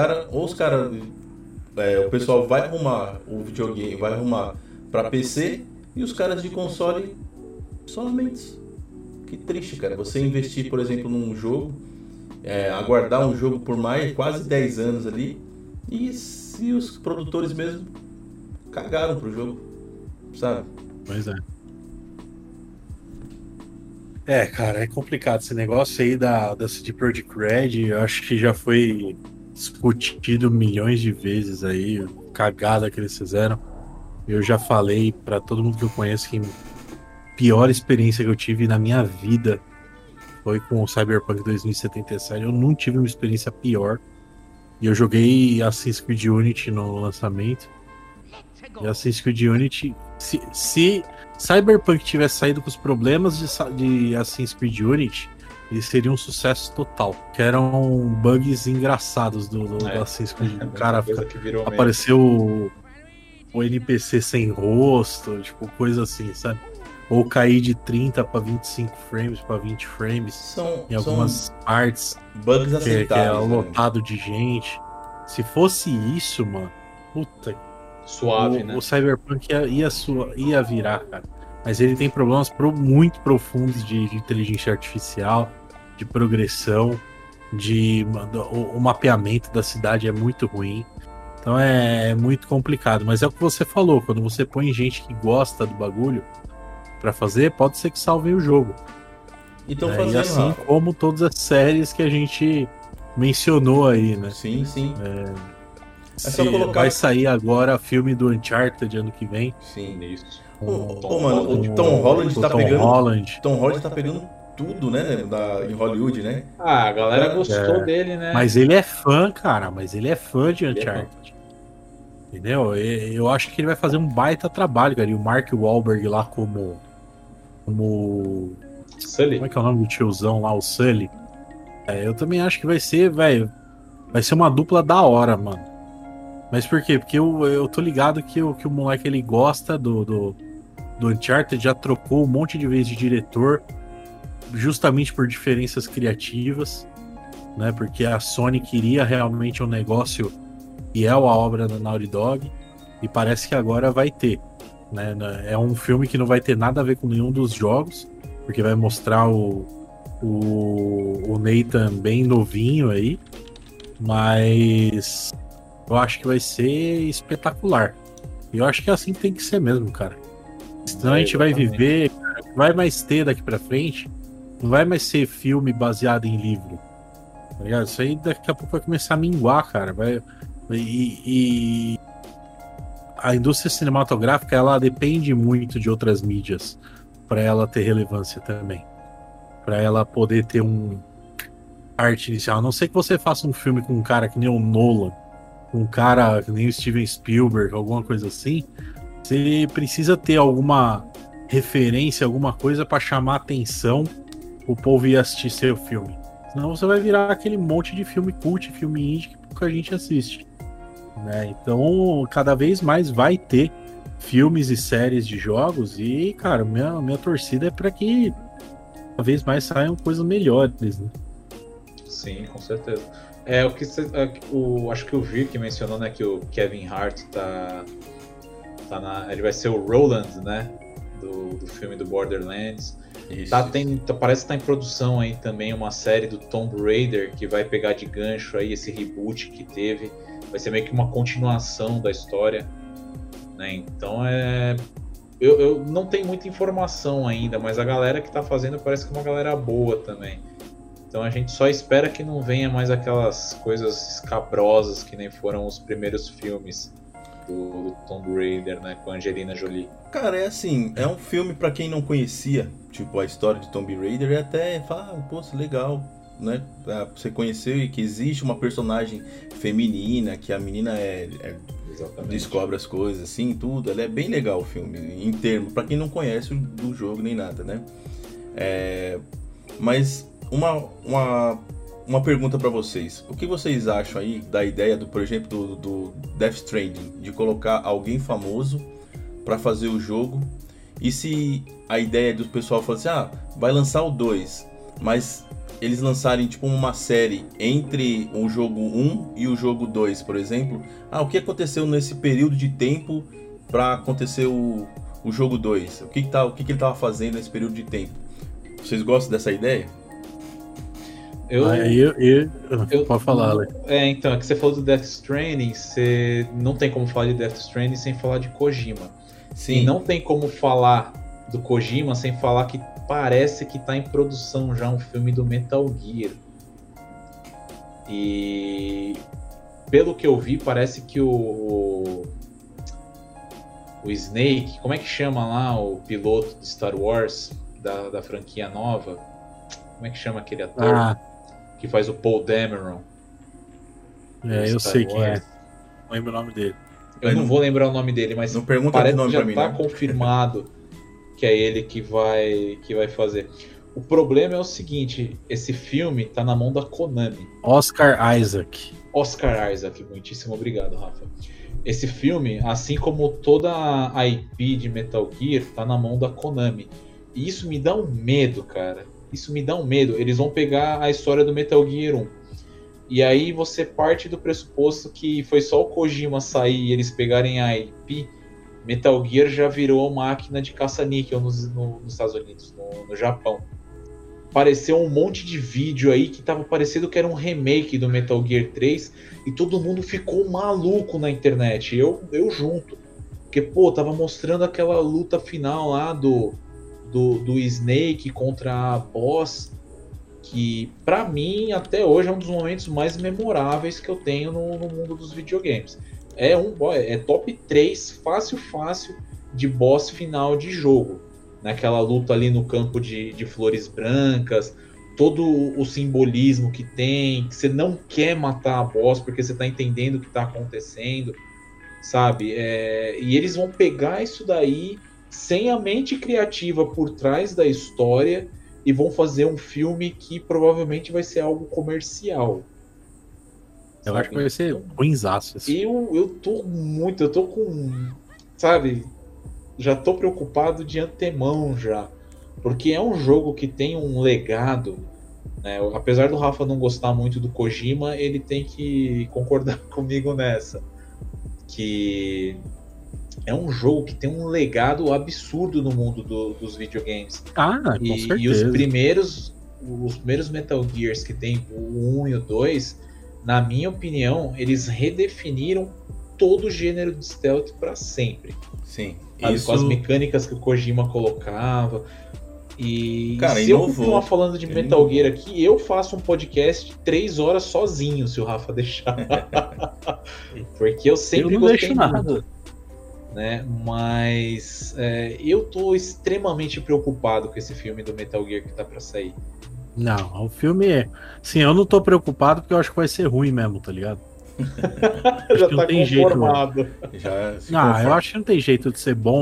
o pessoal vai arrumar o videogame, vai arrumar pra PC e os caras de console solamente. Que triste, cara. Você investir, por exemplo, num jogo, aguardar um jogo por quase 10 anos ali e se os produtores mesmo cagaram pro jogo, sabe? Pois é. Cara, é complicado esse negócio aí da CD Projekt Red. Eu acho que já foi discutido milhões de vezes aí, cagada que eles fizeram. Eu já falei pra todo mundo que eu conheço que a pior experiência que eu tive na minha vida foi com o Cyberpunk 2077. Eu não tive uma experiência pior. E eu joguei Assassin's Creed Unity no lançamento. E Assassin's Creed Unity, se Cyberpunk tivesse saído com os problemas de Assassin's Creed Unity, ele seria um sucesso total. Que eram bugs engraçados do Assassin's Creed. O cara apareceu o NPC sem rosto, tipo, coisa assim, sabe? Ou cair de 30 para 25 frames para 20 frames em algumas partes. Bugs aceitáveis, que é lotado de gente. Se fosse isso, mano, puta. Suave, né? O Cyberpunk ia virar, cara. Mas ele tem problemas muito profundos de inteligência artificial, de progressão, o mapeamento da cidade é muito ruim. Então é muito complicado. Mas é o que você falou, quando você põe gente que gosta do bagulho pra fazer, pode ser que salvem o jogo. E assim como todas as séries que a gente mencionou aí, né? Sim. Vai sair agora filme do Uncharted ano que vem. Sim, isso. Mano, o Tom Holland tá pegando tudo, né, em Hollywood, né? A galera gostou dele, né? Mas ele é fã, cara. Mas ele é fã de Uncharted. Entendeu? Eu acho que ele vai fazer um baita trabalho, cara. E o Mark Wahlberg lá como Sully. Como é que é o nome do tiozão lá, o Sully? Eu também acho que vai ser uma dupla da hora, mano. Mas por quê? Porque eu tô ligado que o moleque ele gosta do Uncharted, já trocou um monte de vezes de diretor, justamente por diferenças criativas, né? Porque a Sony queria realmente um negócio fiel à obra da Naughty Dog, e parece que agora vai ter, né? É um filme que não vai ter nada a ver com nenhum dos jogos, porque vai mostrar o Nathan bem novinho aí, mas eu acho que vai ser espetacular. E eu acho que é assim que tem que ser mesmo, cara. Senão a gente vai viver, vai mais ter daqui pra frente, não vai mais ser filme baseado em livro, tá ligado? Isso aí daqui a pouco vai começar a minguar, cara. E a indústria cinematográfica, ela depende muito de outras mídias para ela ter relevância também, para ela poder ter arte inicial. A não ser que você faça um filme com um cara que nem o Nolan, um cara que nem o Steven Spielberg, alguma coisa assim, você precisa ter alguma referência, alguma coisa pra chamar atenção o povo ir assistir seu filme. Senão você vai virar aquele monte de filme cult, filme indie que pouca gente assiste, né? Então, cada vez mais vai ter filmes e séries de jogos e, cara, minha torcida é para que cada vez mais saiam coisas melhores, né? Sim, com certeza. Acho que o Vic mencionou, né, que o Kevin Hart ele vai ser o Roland, né, do filme do Borderlands. Isso. Parece que tá em produção aí também uma série do Tomb Raider que vai pegar de gancho aí esse reboot que teve. Vai ser meio que uma continuação da história, né? Então eu não tenho muita informação ainda, mas a galera que tá fazendo parece que é uma galera boa também. Então a gente só espera que não venha mais aquelas coisas escabrosas que nem foram os primeiros filmes do Tomb Raider, né, com a Angelina Jolie. Cara, é assim, é um filme pra quem não conhecia, tipo, a história de Tomb Raider, e até fala, pô, legal, né? Pra você conhecer que existe uma personagem feminina, que a menina descobre as coisas, assim, tudo. Ela é bem legal o filme, em termos, pra quem não conhece do jogo nem nada, né? Mas uma pergunta pra vocês. O que vocês acham aí da ideia, por exemplo, do Death Stranding, de colocar alguém famoso pra fazer o jogo? E se a ideia do pessoal falar assim, vai lançar o 2, mas eles lançarem tipo uma série entre o jogo 1 e o jogo 2, por exemplo, o que aconteceu nesse período de tempo pra acontecer o jogo 2? O que ele tava fazendo nesse período de tempo? Vocês gostam dessa ideia? Pode falar, Alex. Então, é que você falou do Death Stranding, você não tem como falar de Death Stranding sem falar de Kojima. Sim. E não tem como falar do Kojima sem falar que parece que tá em produção já um filme do Metal Gear. E pelo que eu vi, parece que o Snake, como é que chama lá o piloto de Star Wars da franquia nova? Como é que chama aquele ator que faz o Paul Dameron? Eu sei quem é. Não lembro o nome dele. Eu não vou lembrar o nome dele, mas não pergunta parece nome que já pra mim, tá né? confirmado que é ele que vai fazer. O problema é o seguinte, esse filme tá na mão da Konami. Oscar Isaac, muitíssimo obrigado, Rafa. Esse filme, assim como toda a IP de Metal Gear, tá na mão da Konami. E isso me dá um medo, cara. Isso me dá um medo. Eles vão pegar a história do Metal Gear 1. E aí você parte do pressuposto que foi só o Kojima sair e eles pegarem a IP. Metal Gear já virou máquina de caça-níquel nos Estados Unidos, no Japão. Apareceu um monte de vídeo aí que tava parecendo que era um remake do Metal Gear 3 e todo mundo ficou maluco na internet. Eu junto. Porque, tava mostrando aquela luta final lá do Snake contra a Boss, que pra mim até hoje é um dos momentos mais memoráveis que eu tenho no mundo dos videogames. É top 3 fácil de boss final de jogo, naquela luta ali no campo de flores brancas, todo o simbolismo que tem, que você não quer matar a boss porque você tá entendendo o que tá acontecendo, sabe? E eles vão pegar isso daí sem a mente criativa por trás da história e vão fazer um filme que provavelmente vai ser algo comercial. Eu acho que vai ser ruinzaço. Eu tô com, sabe, já tô preocupado de antemão já, porque é um jogo que tem um legado, né? Apesar do Rafa não gostar muito do Kojima, ele tem que concordar comigo nessa, que é um jogo que tem um legado absurdo no mundo dos videogames. Com certeza. E os primeiros Metal Gears que tem o 1 e o 2, na minha opinião, eles redefiniram todo o gênero de stealth para sempre. Sim. Sabe, com as mecânicas que o Kojima colocava. E cara, se eu continuar falando de Metal Gear aqui, eu faço um podcast de 3 horas sozinho, se o Rafa deixar. Porque eu sempre gostei muito. Né? Mas eu tô extremamente preocupado com esse filme do Metal Gear que tá pra sair. Não, o filme sim, eu não tô preocupado porque eu acho que vai ser ruim mesmo, tá ligado? Já tá conformado. Eu acho que não tem jeito de ser bom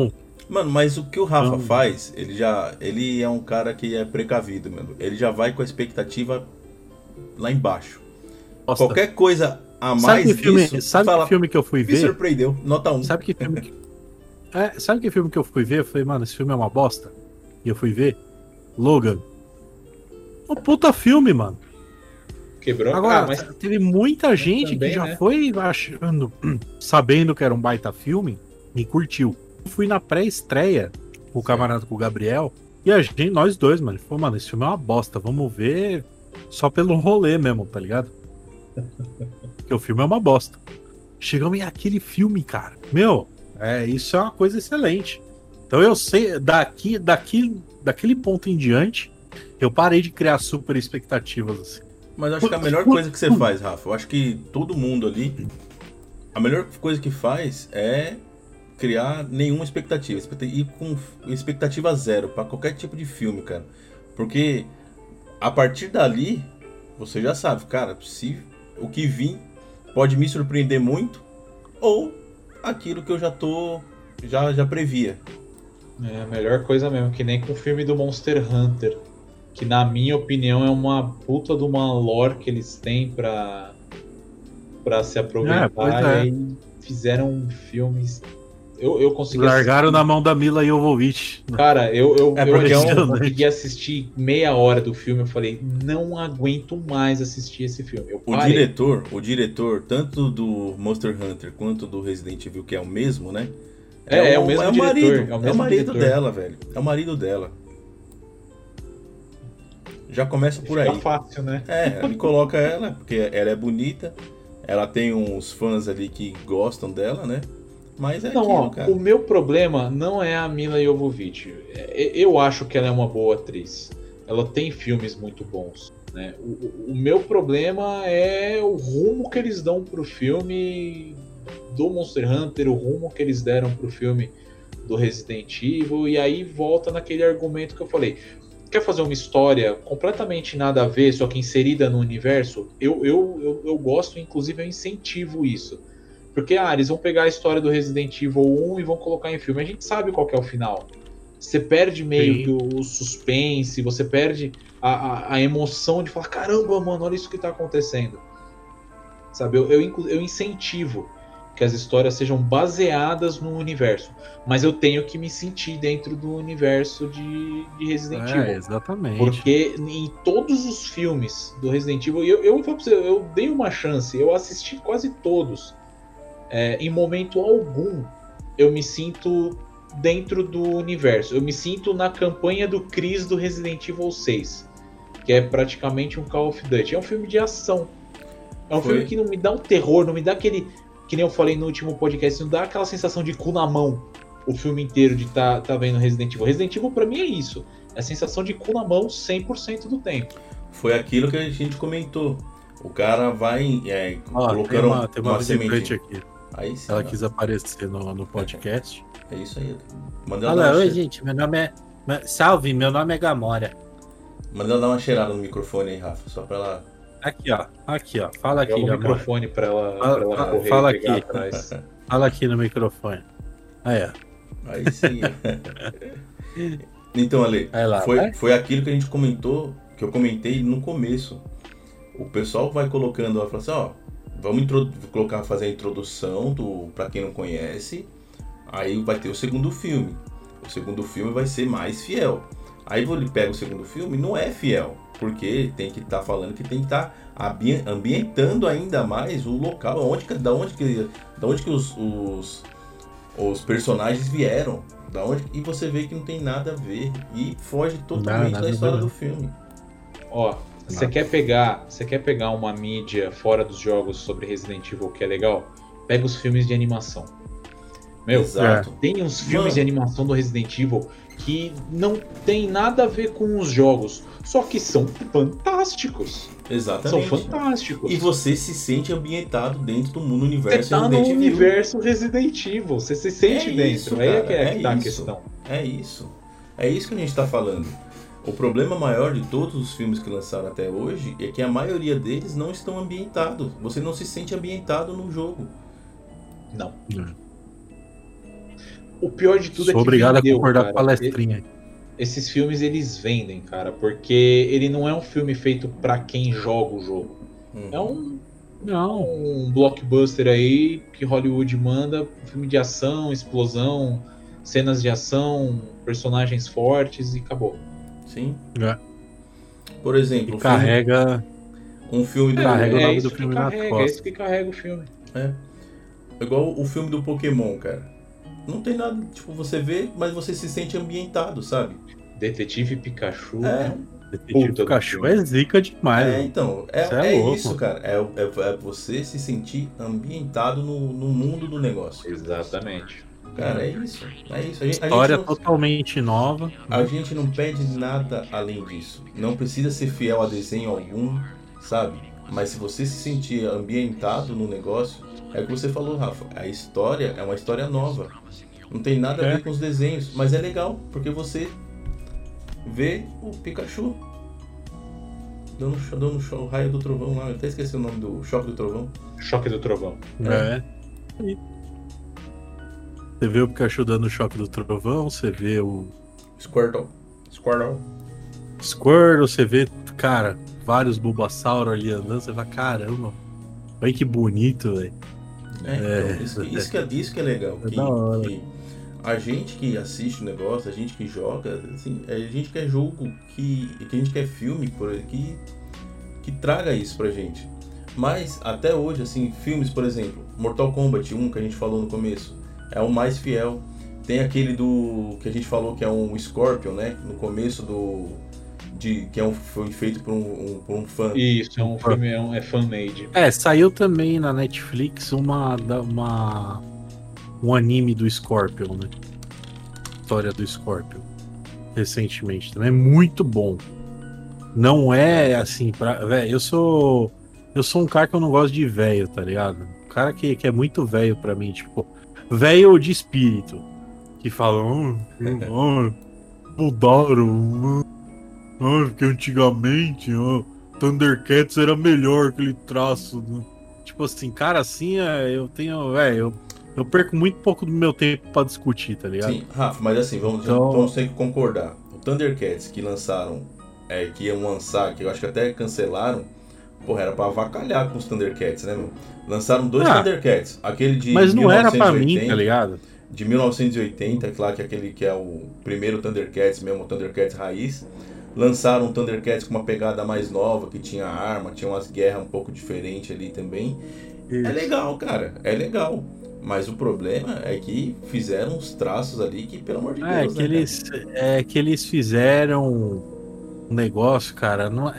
Mano, mas o que o Rafa faz, ele é um cara que é precavido, mano. Ele já vai com a expectativa lá embaixo. Bosta. Qualquer coisa a mais que filme que eu fui ver? Me surpreendeu, nota 1. Sabe que filme que eu fui ver? Eu falei, mano, esse filme é uma bosta. E eu fui ver Logan. Um puta filme, mano. Quebrou. Agora, teve muita gente também, que já né? foi achando, sabendo que era um baita filme e curtiu. Eu fui na pré-estreia com o camarada, com o Gabriel, e a gente, nós dois, mano, falou, mano, esse filme é uma bosta, vamos ver só pelo rolê mesmo, tá ligado? Porque o filme é uma bosta. Chegamos em aquele filme, cara. Meu, isso é uma coisa excelente. Então eu sei, daquele ponto em diante, eu parei de criar super expectativas, assim. Mas acho que a melhor coisa que você faz, Rafa, eu acho que todo mundo ali, a melhor coisa que faz é criar nenhuma expectativa. Ir com expectativa zero pra qualquer tipo de filme, cara. Porque a partir dali, você já sabe, cara, se o que vir pode me surpreender muito, ou aquilo que eu já previa. É a melhor coisa mesmo, que nem com o filme do Monster Hunter. Que na minha opinião é uma puta de uma lore que eles têm pra se aproveitar. E aí fizeram filmes. Eu consegui Largaram na mão da Mila Jovovich. Cara, eu consegui assistir meia hora do filme. Eu falei, não aguento mais assistir esse filme. O diretor, tanto do Monster Hunter quanto do Resident Evil, que é o mesmo, né? É o mesmo diretor. É o marido dela, velho. É o marido dela. Já começa por aí. Fica fácil, né? Ele coloca ela, porque ela é bonita. Ela tem uns fãs ali que gostam dela, né? Mas aquilo, cara. O meu problema não é a Mila Jovovich. Eu acho que ela é uma boa atriz. Ela tem filmes muito bons, né? O meu problema é o rumo que eles dão pro filme do Monster Hunter, o rumo que eles deram pro filme do Resident Evil, e aí volta naquele argumento que eu falei. Quer fazer uma história completamente nada a ver, só que inserida no universo? Eu gosto, inclusive eu incentivo isso. Porque eles vão pegar a história do Resident Evil 1 e vão colocar em filme. A gente sabe qual que é o final. Você perde meio que o suspense, você perde a emoção de falar, caramba, mano, olha isso que tá acontecendo. Sabe, eu incentivo que as histórias sejam baseadas no universo. Mas eu tenho que me sentir dentro do universo de Resident Evil. Exatamente. Porque em todos os filmes do Resident Evil, eu dei uma chance, eu assisti quase todos. Em momento algum, eu me sinto dentro do universo. Eu me sinto na campanha do Chris do Resident Evil 6. Que é praticamente um Call of Duty. É um filme de ação. É um filme que não me dá um terror, não me dá aquele... Que nem eu falei no último podcast, não dá aquela sensação de cu na mão o filme inteiro de tá vendo Resident Evil. Resident Evil pra mim é isso. É a sensação de cu na mão 100% do tempo. Foi aquilo que a gente comentou. O cara vai colocando tem uma semente aqui. Aí sim, ela quis aparecer no podcast. É isso aí. Olá, oi gente, meu nome é... Salve, meu nome é Gamora. Manda ela dar uma cheirada no microfone aí, Rafa, só pra ela... Aqui, ó. Fala aqui, Gamora. O microfone pra ela correr fala e pegar aqui. atrás. Fala aqui no microfone. Aí sim. Então, Ale, foi aquilo que a gente comentou, que eu comentei no começo. O pessoal vai colocando, vai falar assim, vamos fazer a introdução pra quem não conhece. Aí vai ter o segundo filme. O segundo filme vai ser mais fiel. Aí ele pega o segundo filme, não é fiel. Porque tem que estar falando que tem que estar ambientando ainda mais o local, da onde que os personagens vieram, e você vê que não tem nada a ver e foge totalmente da história do filme. Você quer pegar uma mídia fora dos jogos sobre Resident Evil que é legal? Pega os filmes de animação. Exato. Tem uns filmes de animação do Resident Evil que não tem nada a ver com os jogos, só que são fantásticos. Exatamente. São fantásticos. E você se sente ambientado dentro do mundo universo Resident Evil. Você tá no universo Resident Evil, você se sente dentro. Isso, aí é que tá a questão. É isso. É isso que a gente tá falando. O problema maior de todos os filmes que lançaram até hoje é que a maioria deles não estão ambientados. Você não se sente ambientado no jogo. Não. O pior de tudo Sou é que obrigado vendeu, a concordar cara. com a palestrinha. Esses filmes, eles vendem, cara, porque ele não é um filme feito pra quem joga o jogo. É um blockbuster aí que Hollywood manda, um filme de ação, explosão, cenas de ação, personagens fortes e acabou. Sim. É. Por exemplo, Carrega um filme do... Carrega o nome isso do filme que nas carrega, é costas. isso que carrega o filme. É. Igual o filme do Pokémon, cara. Não tem nada, tipo, você vê, mas você se sente ambientado, sabe? Detetive Pikachu. Detetive Puta Pikachu do é zica demais. É, então, é louco. isso, cara. É você se sentir ambientado no mundo do negócio. Exatamente. Cara, é isso. É isso. História totalmente nova. A gente não pede nada além disso. Não precisa ser fiel a desenho algum, sabe? Mas se você se sentir ambientado no negócio, é o que você falou, Rafa. A história é uma história nova. Não tem nada a ver com os desenhos, mas é legal, porque você vê o Pikachu dando o raio do trovão lá. Eu até esqueci o nome do Choque do Trovão. Choque do Trovão. É. Você vê o Pikachu dando o choque do trovão, você vê o Squirtle, você vê, cara, vários Bulbasaur ali andando, você fala, caramba, olha que bonito, velho. Então, isso que é legal. Que a gente que assiste o negócio, a gente que joga, assim, a gente quer jogo, que a gente quer filme que traga isso pra gente. Mas até hoje, assim, filmes, por exemplo, Mortal Kombat 1, que a gente falou no começo, é o mais fiel. Tem aquele que a gente falou que é um Scorpion, né? No começo foi feito por um fã. Isso, é um filme, é fan-made. Saiu também na Netflix um anime do Scorpion, né? História do Scorpion. Recentemente. Também é muito bom. Não é assim, velho, eu sou um cara que eu não gosto de velho, tá ligado? Um cara que é muito velho pra mim, tipo, velho de espírito. Que fala, mudaram, porque antigamente, Thundercats era melhor aquele traço. Né? Tipo assim, cara, assim, eu tenho, velho, eu perco muito pouco do meu tempo pra discutir, tá ligado? Sim, Rafa, mas assim, vamos ter que concordar. O Thundercats que lançaram, que iam lançar, que eu acho que até cancelaram, porra, era pra avacalhar com os Thundercats, né, meu? Lançaram 2 Thundercats, aquele de mas não 1980, era pra mim, tá ligado? De 1980, claro que aquele que é o primeiro Thundercats mesmo, o Thundercats raiz. Lançaram um Thundercats com uma pegada mais nova, que tinha arma, tinha umas guerras um pouco diferentes ali também. Isso. É legal, cara, é legal. Mas o problema é que fizeram uns traços ali que, pelo amor de Deus, né, que eles fizeram um negócio, cara, não,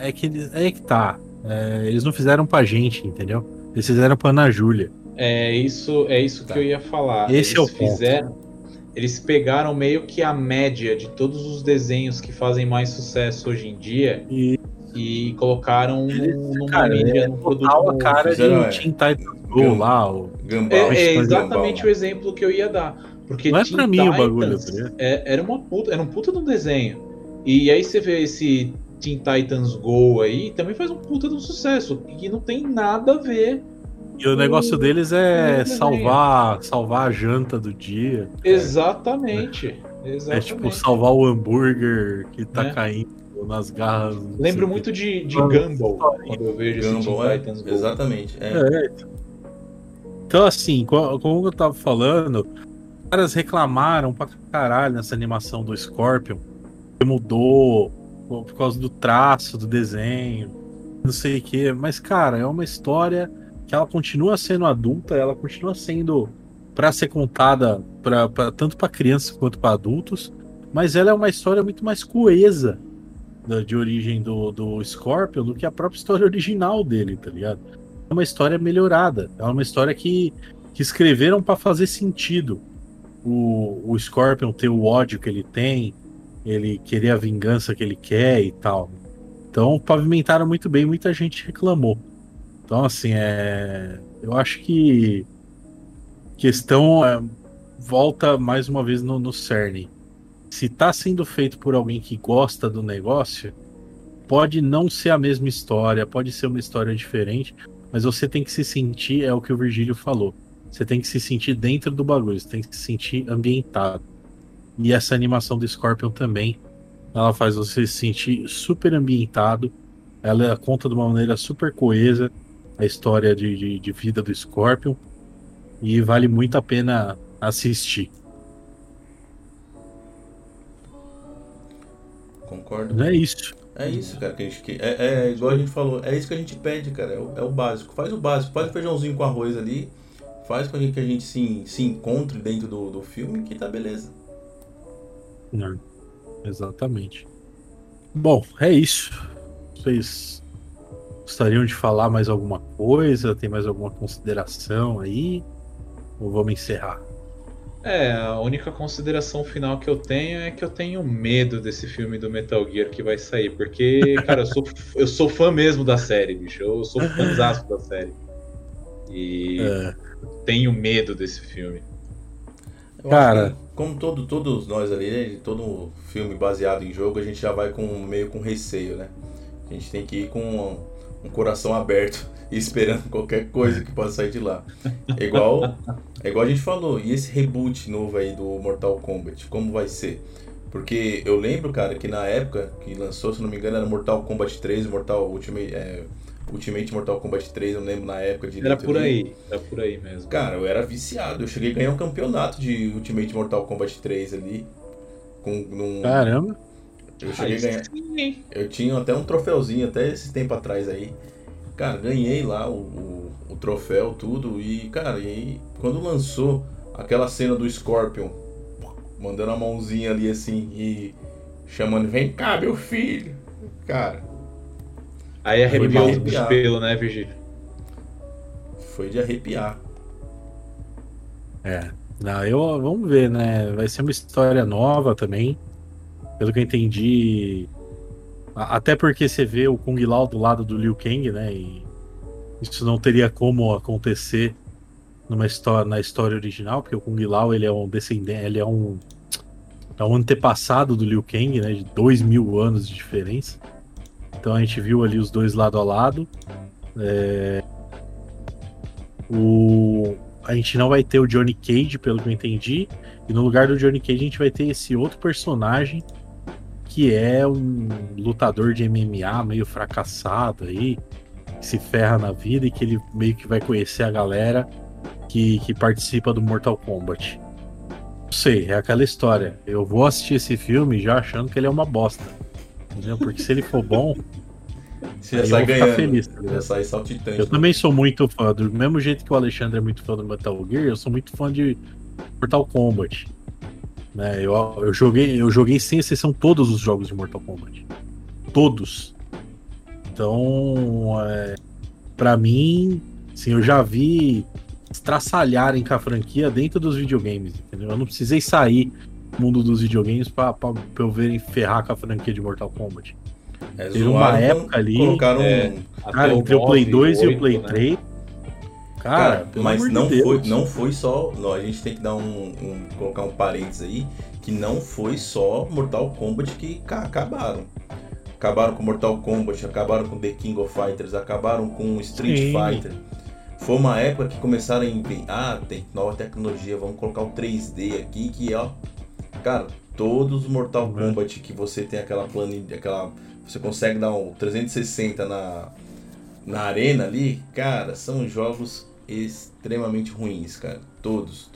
eles não fizeram pra gente, entendeu? Eles fizeram pra Ana Júlia. É isso que eu ia falar. Esse é o ponto. Eles pegaram meio que a média de todos os desenhos que fazem mais sucesso hoje em dia e colocaram numa mídia, num produto novo. A cara de Teen Titans Go lá. É exatamente o exemplo que eu ia dar. Porque não é pra mim o bagulho. Era um puta de um desenho. E aí você vê esse Teen Titans Go aí, também faz um puta de um sucesso. E não tem nada a ver. E o negócio deles é salvar a janta do dia. Exatamente. É tipo salvar o hambúrguer que tá caindo nas garras. Lembro muito de Gumball quando eu vejo Gumball, esse Titans Go. Exatamente. Então assim, como eu tava falando, os caras reclamaram pra caralho nessa animação do Scorpion. Que mudou por causa do traço, do desenho, não sei o que. Mas cara, é uma história que ela continua sendo adulta, ela continua sendo para ser contada tanto para crianças quanto para adultos, mas ela é uma história muito mais coesa de origem do Scorpion do que a própria história original dele, tá ligado? É uma história melhorada, é uma história que escreveram para fazer sentido. O Scorpion ter o ódio que ele tem, ele querer a vingança que ele quer e tal. Então pavimentaram muito bem, muita gente reclamou. Então, assim, eu acho que questão volta mais uma vez no cerne. Se tá sendo feito por alguém que gosta do negócio, pode não ser a mesma história, pode ser uma história diferente, mas você tem que se sentir, é o que o Virgílio falou, você tem que se sentir dentro do bagulho, você tem que se sentir ambientado. E essa animação do Scorpion também, ela faz você se sentir super ambientado. Ela conta de uma maneira super coesa a história de vida do Scorpion. E vale muito a pena assistir. Concordo. É isso. É isso, cara, que a gente quer. É igual a gente falou, é isso que a gente pede, cara. É o básico. Faz o básico, faz o feijãozinho com arroz ali. Faz com que a gente se encontre dentro do filme, que tá beleza. Não, exatamente. Bom, é isso. Vocês gostariam de falar mais alguma coisa? Tem mais alguma consideração aí? Ou vamos encerrar? A única consideração final que eu tenho é que eu tenho medo desse filme do Metal Gear que vai sair, porque, cara, eu sou fã mesmo da série, bicho. Eu sou fãzaço da série. E tenho medo desse filme. Cara, como todos nós ali, né, todo filme baseado em jogo, a gente já vai meio com receio, né? A gente tem que ir com um coração aberto e esperando qualquer coisa que possa sair de lá. É igual a gente falou, e esse reboot novo aí do Mortal Kombat, como vai ser? Porque eu lembro, cara, que na época que lançou, se não me engano, era Mortal Kombat 3, Ultimate Mortal Kombat 3, eu lembro na época de... Era por aí mesmo. Cara, eu era viciado, eu cheguei a ganhar um campeonato de Ultimate Mortal Kombat 3 ali. Caramba! Eu cheguei a ganhar... Eu tinha até um troféuzinho, até esse tempo atrás aí. Cara, ganhei lá o troféu, tudo, e, cara, quando lançou aquela cena do Scorpion, mandando a mãozinha ali assim, e chamando, vem cá, meu filho, cara... Aí arrepiou os pelos, né, Virgílio? Foi de arrepiar. Vamos ver, né? Vai ser uma história nova também. Pelo que eu entendi. Até porque você vê o Kung Lao do lado do Liu Kang, né? E isso não teria como acontecer na história original, porque o Kung Lao ele é um descendente, ele é um antepassado do Liu Kang, né? De 2000 anos de diferença. Então a gente viu ali os dois lado a lado. A gente não vai ter o Johnny Cage, pelo que eu entendi. E no lugar do Johnny Cage a gente vai ter esse outro personagem que é um lutador de MMA meio fracassado aí, que se ferra na vida e que ele meio que vai conhecer a galera que participa do Mortal Kombat. Não sei, é aquela história. Eu vou assistir esse filme já achando que ele é uma bosta. Entendeu? Porque se ele for bom, você já sai ganhando, feliz, tá já sai saltitante. Eu também sou muito fã, do mesmo jeito que o Alexandre é muito fã do Metal Gear, eu sou muito fã de Mortal Kombat. Né? Eu joguei sem exceção todos os jogos de Mortal Kombat. Todos. Então, pra mim, assim, eu já vi estraçalharem com a franquia dentro dos videogames, entendeu? Eu não precisei sair do mundo dos videogames pra eu ver ferrar com a franquia de Mortal Kombat. Teve uma época ali, cara, entre o Play 2 e o Play 3. Cara, mas não foi só. Não, a gente tem que dar colocar um parênteses aí, que não foi só Mortal Kombat que acabaram. Acabaram com Mortal Kombat, acabaram com The King of Fighters, acabaram com Street Fighter. Foi uma época que começaram a inventar, tem nova tecnologia, vamos colocar o 3D aqui, que ó. Cara, todos os Mortal Kombat que você tem aquela você consegue dar um 360 na arena ali, cara, são jogos extremamente ruins, cara. Todos.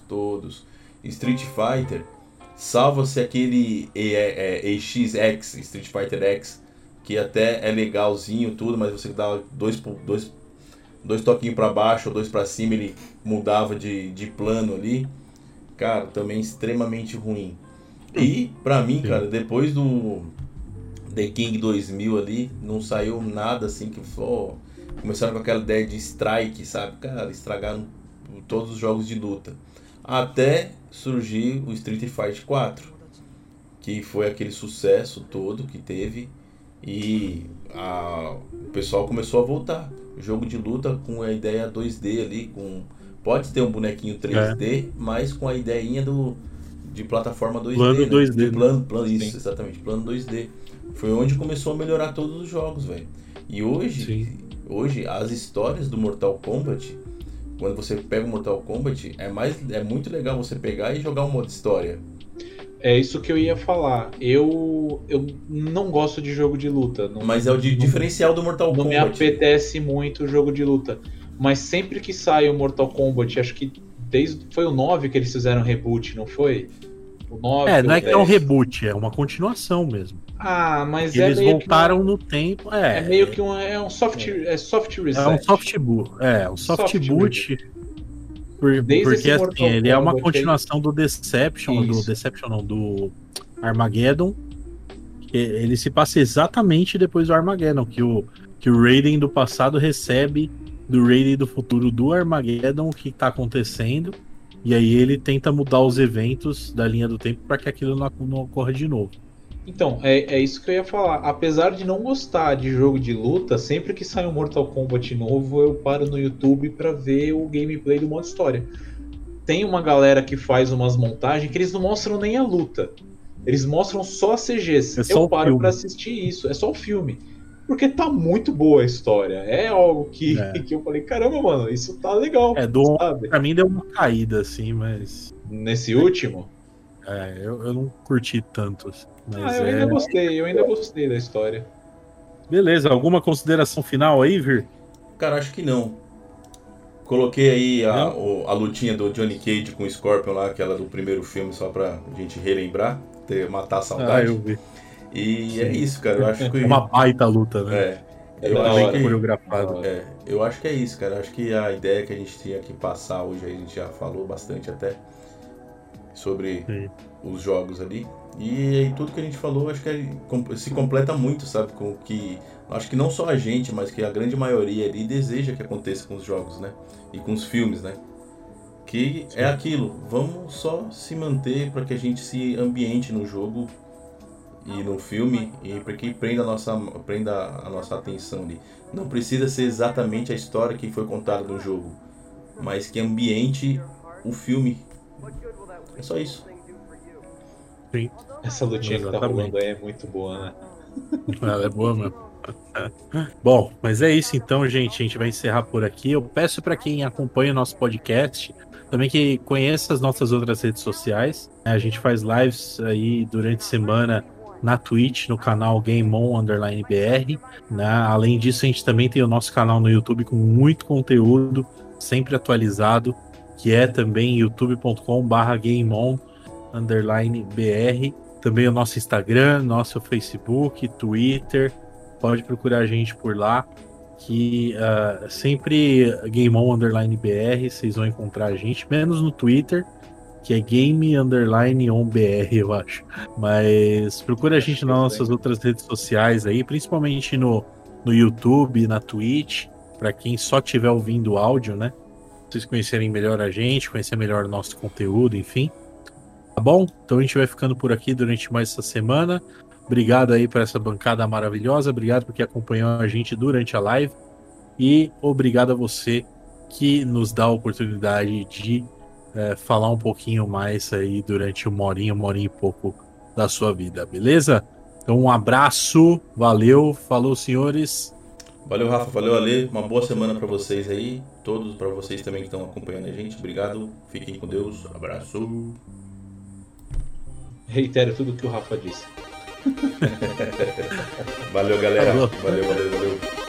Street Fighter, salva-se aquele EXX, Street Fighter X, que até é legalzinho tudo, mas você dá dois toquinhos pra baixo ou dois pra cima, ele mudava de plano ali. Cara, também extremamente ruim. E, pra mim, cara, depois do The King 2000 ali, não saiu nada assim que começaram com aquela ideia de strike, sabe? Cara, estragaram todos os jogos de luta. Até surgir o Street Fighter 4, que foi aquele sucesso todo que teve e o pessoal começou a voltar. Jogo de luta com a ideia 2D ali, pode ter um bonequinho 3D, mas com a ideinha de plataforma 2D. Plano, né? 2D. Plano, isso, exatamente, plano 2D. Foi onde começou a melhorar todos os jogos, velho. E hoje as histórias do Mortal Kombat quando você pega o Mortal Kombat, é muito legal você pegar e jogar um modo história. É isso que eu ia falar. Eu não gosto de jogo de luta. Mas é o diferencial do Mortal Kombat. Não me apetece muito o jogo de luta. Mas sempre que sai o Mortal Kombat, acho que foi o 9 que eles fizeram reboot, não foi? O 9, não é que é um reboot, é uma continuação mesmo. Mas eles voltaram no tempo. É meio que um soft reset. É um soft boot. Um soft boot. Porque assim, ele é uma continuação do Deception, do Armageddon. Ele se passa exatamente depois do Armageddon, que o Raiden do passado recebe do Raiden do futuro do Armageddon o que tá acontecendo, e aí ele tenta mudar os eventos da linha do tempo para que aquilo não ocorra de novo. Então, é isso que eu ia falar. Apesar de não gostar de jogo de luta, sempre que sai um Mortal Kombat novo, eu paro no YouTube pra ver o gameplay do modo história. Tem uma galera que faz umas montagens que eles não mostram nem a luta. Eles mostram só as CGs. Eu paro pra assistir isso. É só o filme. Porque tá muito boa a história. É algo que eu falei, caramba, mano, isso tá legal. Sabe? Pra mim deu uma caída, assim, mas... Nesse último? Eu não curti tanto, assim. Mas eu ainda gostei da história. Beleza, alguma consideração final aí, Vir? Cara, acho que não. Coloquei aí a lutinha do Johnny Cage com o Scorpion lá, aquela do primeiro filme, só pra gente relembrar, matar a saudade. Eu vi. E sim, é isso, cara. Eu acho que... uma baita luta, né? Eu acho que é isso, cara. Eu acho que a ideia que a gente tinha que passar hoje, a gente já falou bastante até sobre os jogos ali. E aí tudo que a gente falou, acho que se completa muito, sabe? Com o que... Acho que não só a gente, mas que a grande maioria ali deseja que aconteça com os jogos, né? E com os filmes, né? Que é aquilo. Vamos só se manter para que a gente se ambiente no jogo e no filme e para que prenda a nossa atenção ali. Não precisa ser exatamente a história que foi contada no jogo, mas que ambiente o filme. É só isso. Sim. Essa lutinha que tá rolando aí é muito boa, né? Ela é boa mesmo. Bom, mas é isso então, gente. A gente vai encerrar por aqui. Eu peço para quem acompanha o nosso podcast também que conheça as nossas outras redes sociais. A gente faz lives aí durante a semana na Twitch, no canal GameOn_BR, né? Além disso, a gente também tem o nosso canal no YouTube com muito conteúdo, sempre atualizado, que é também youtube.com/GameOn_BR. Também o nosso Instagram, nosso Facebook, Twitter. Pode procurar a gente por lá, que sempre GameOn_BR, vocês vão encontrar a gente, menos no Twitter, que é Game_OnBR, eu acho. Mas procura a gente nas nossas outras redes sociais aí, principalmente no YouTube, na Twitch, para quem só estiver ouvindo áudio, né? Pra vocês conhecerem melhor a gente, conhecer melhor o nosso conteúdo, enfim. Tá bom? Então a gente vai ficando por aqui durante mais essa semana. Obrigado aí por essa bancada maravilhosa. Obrigado porque acompanhou a gente durante a live. E obrigado a você que nos dá a oportunidade de falar um pouquinho mais aí durante uma horinha e pouco da sua vida, beleza? Então um abraço, valeu, falou senhores. Valeu Rafa, valeu Ale, uma boa semana para vocês aí, todos, para vocês também que estão acompanhando a gente, obrigado, fiquem com Deus, abraço. Reitero tudo que o Rafa disse. Valeu galera, valeu.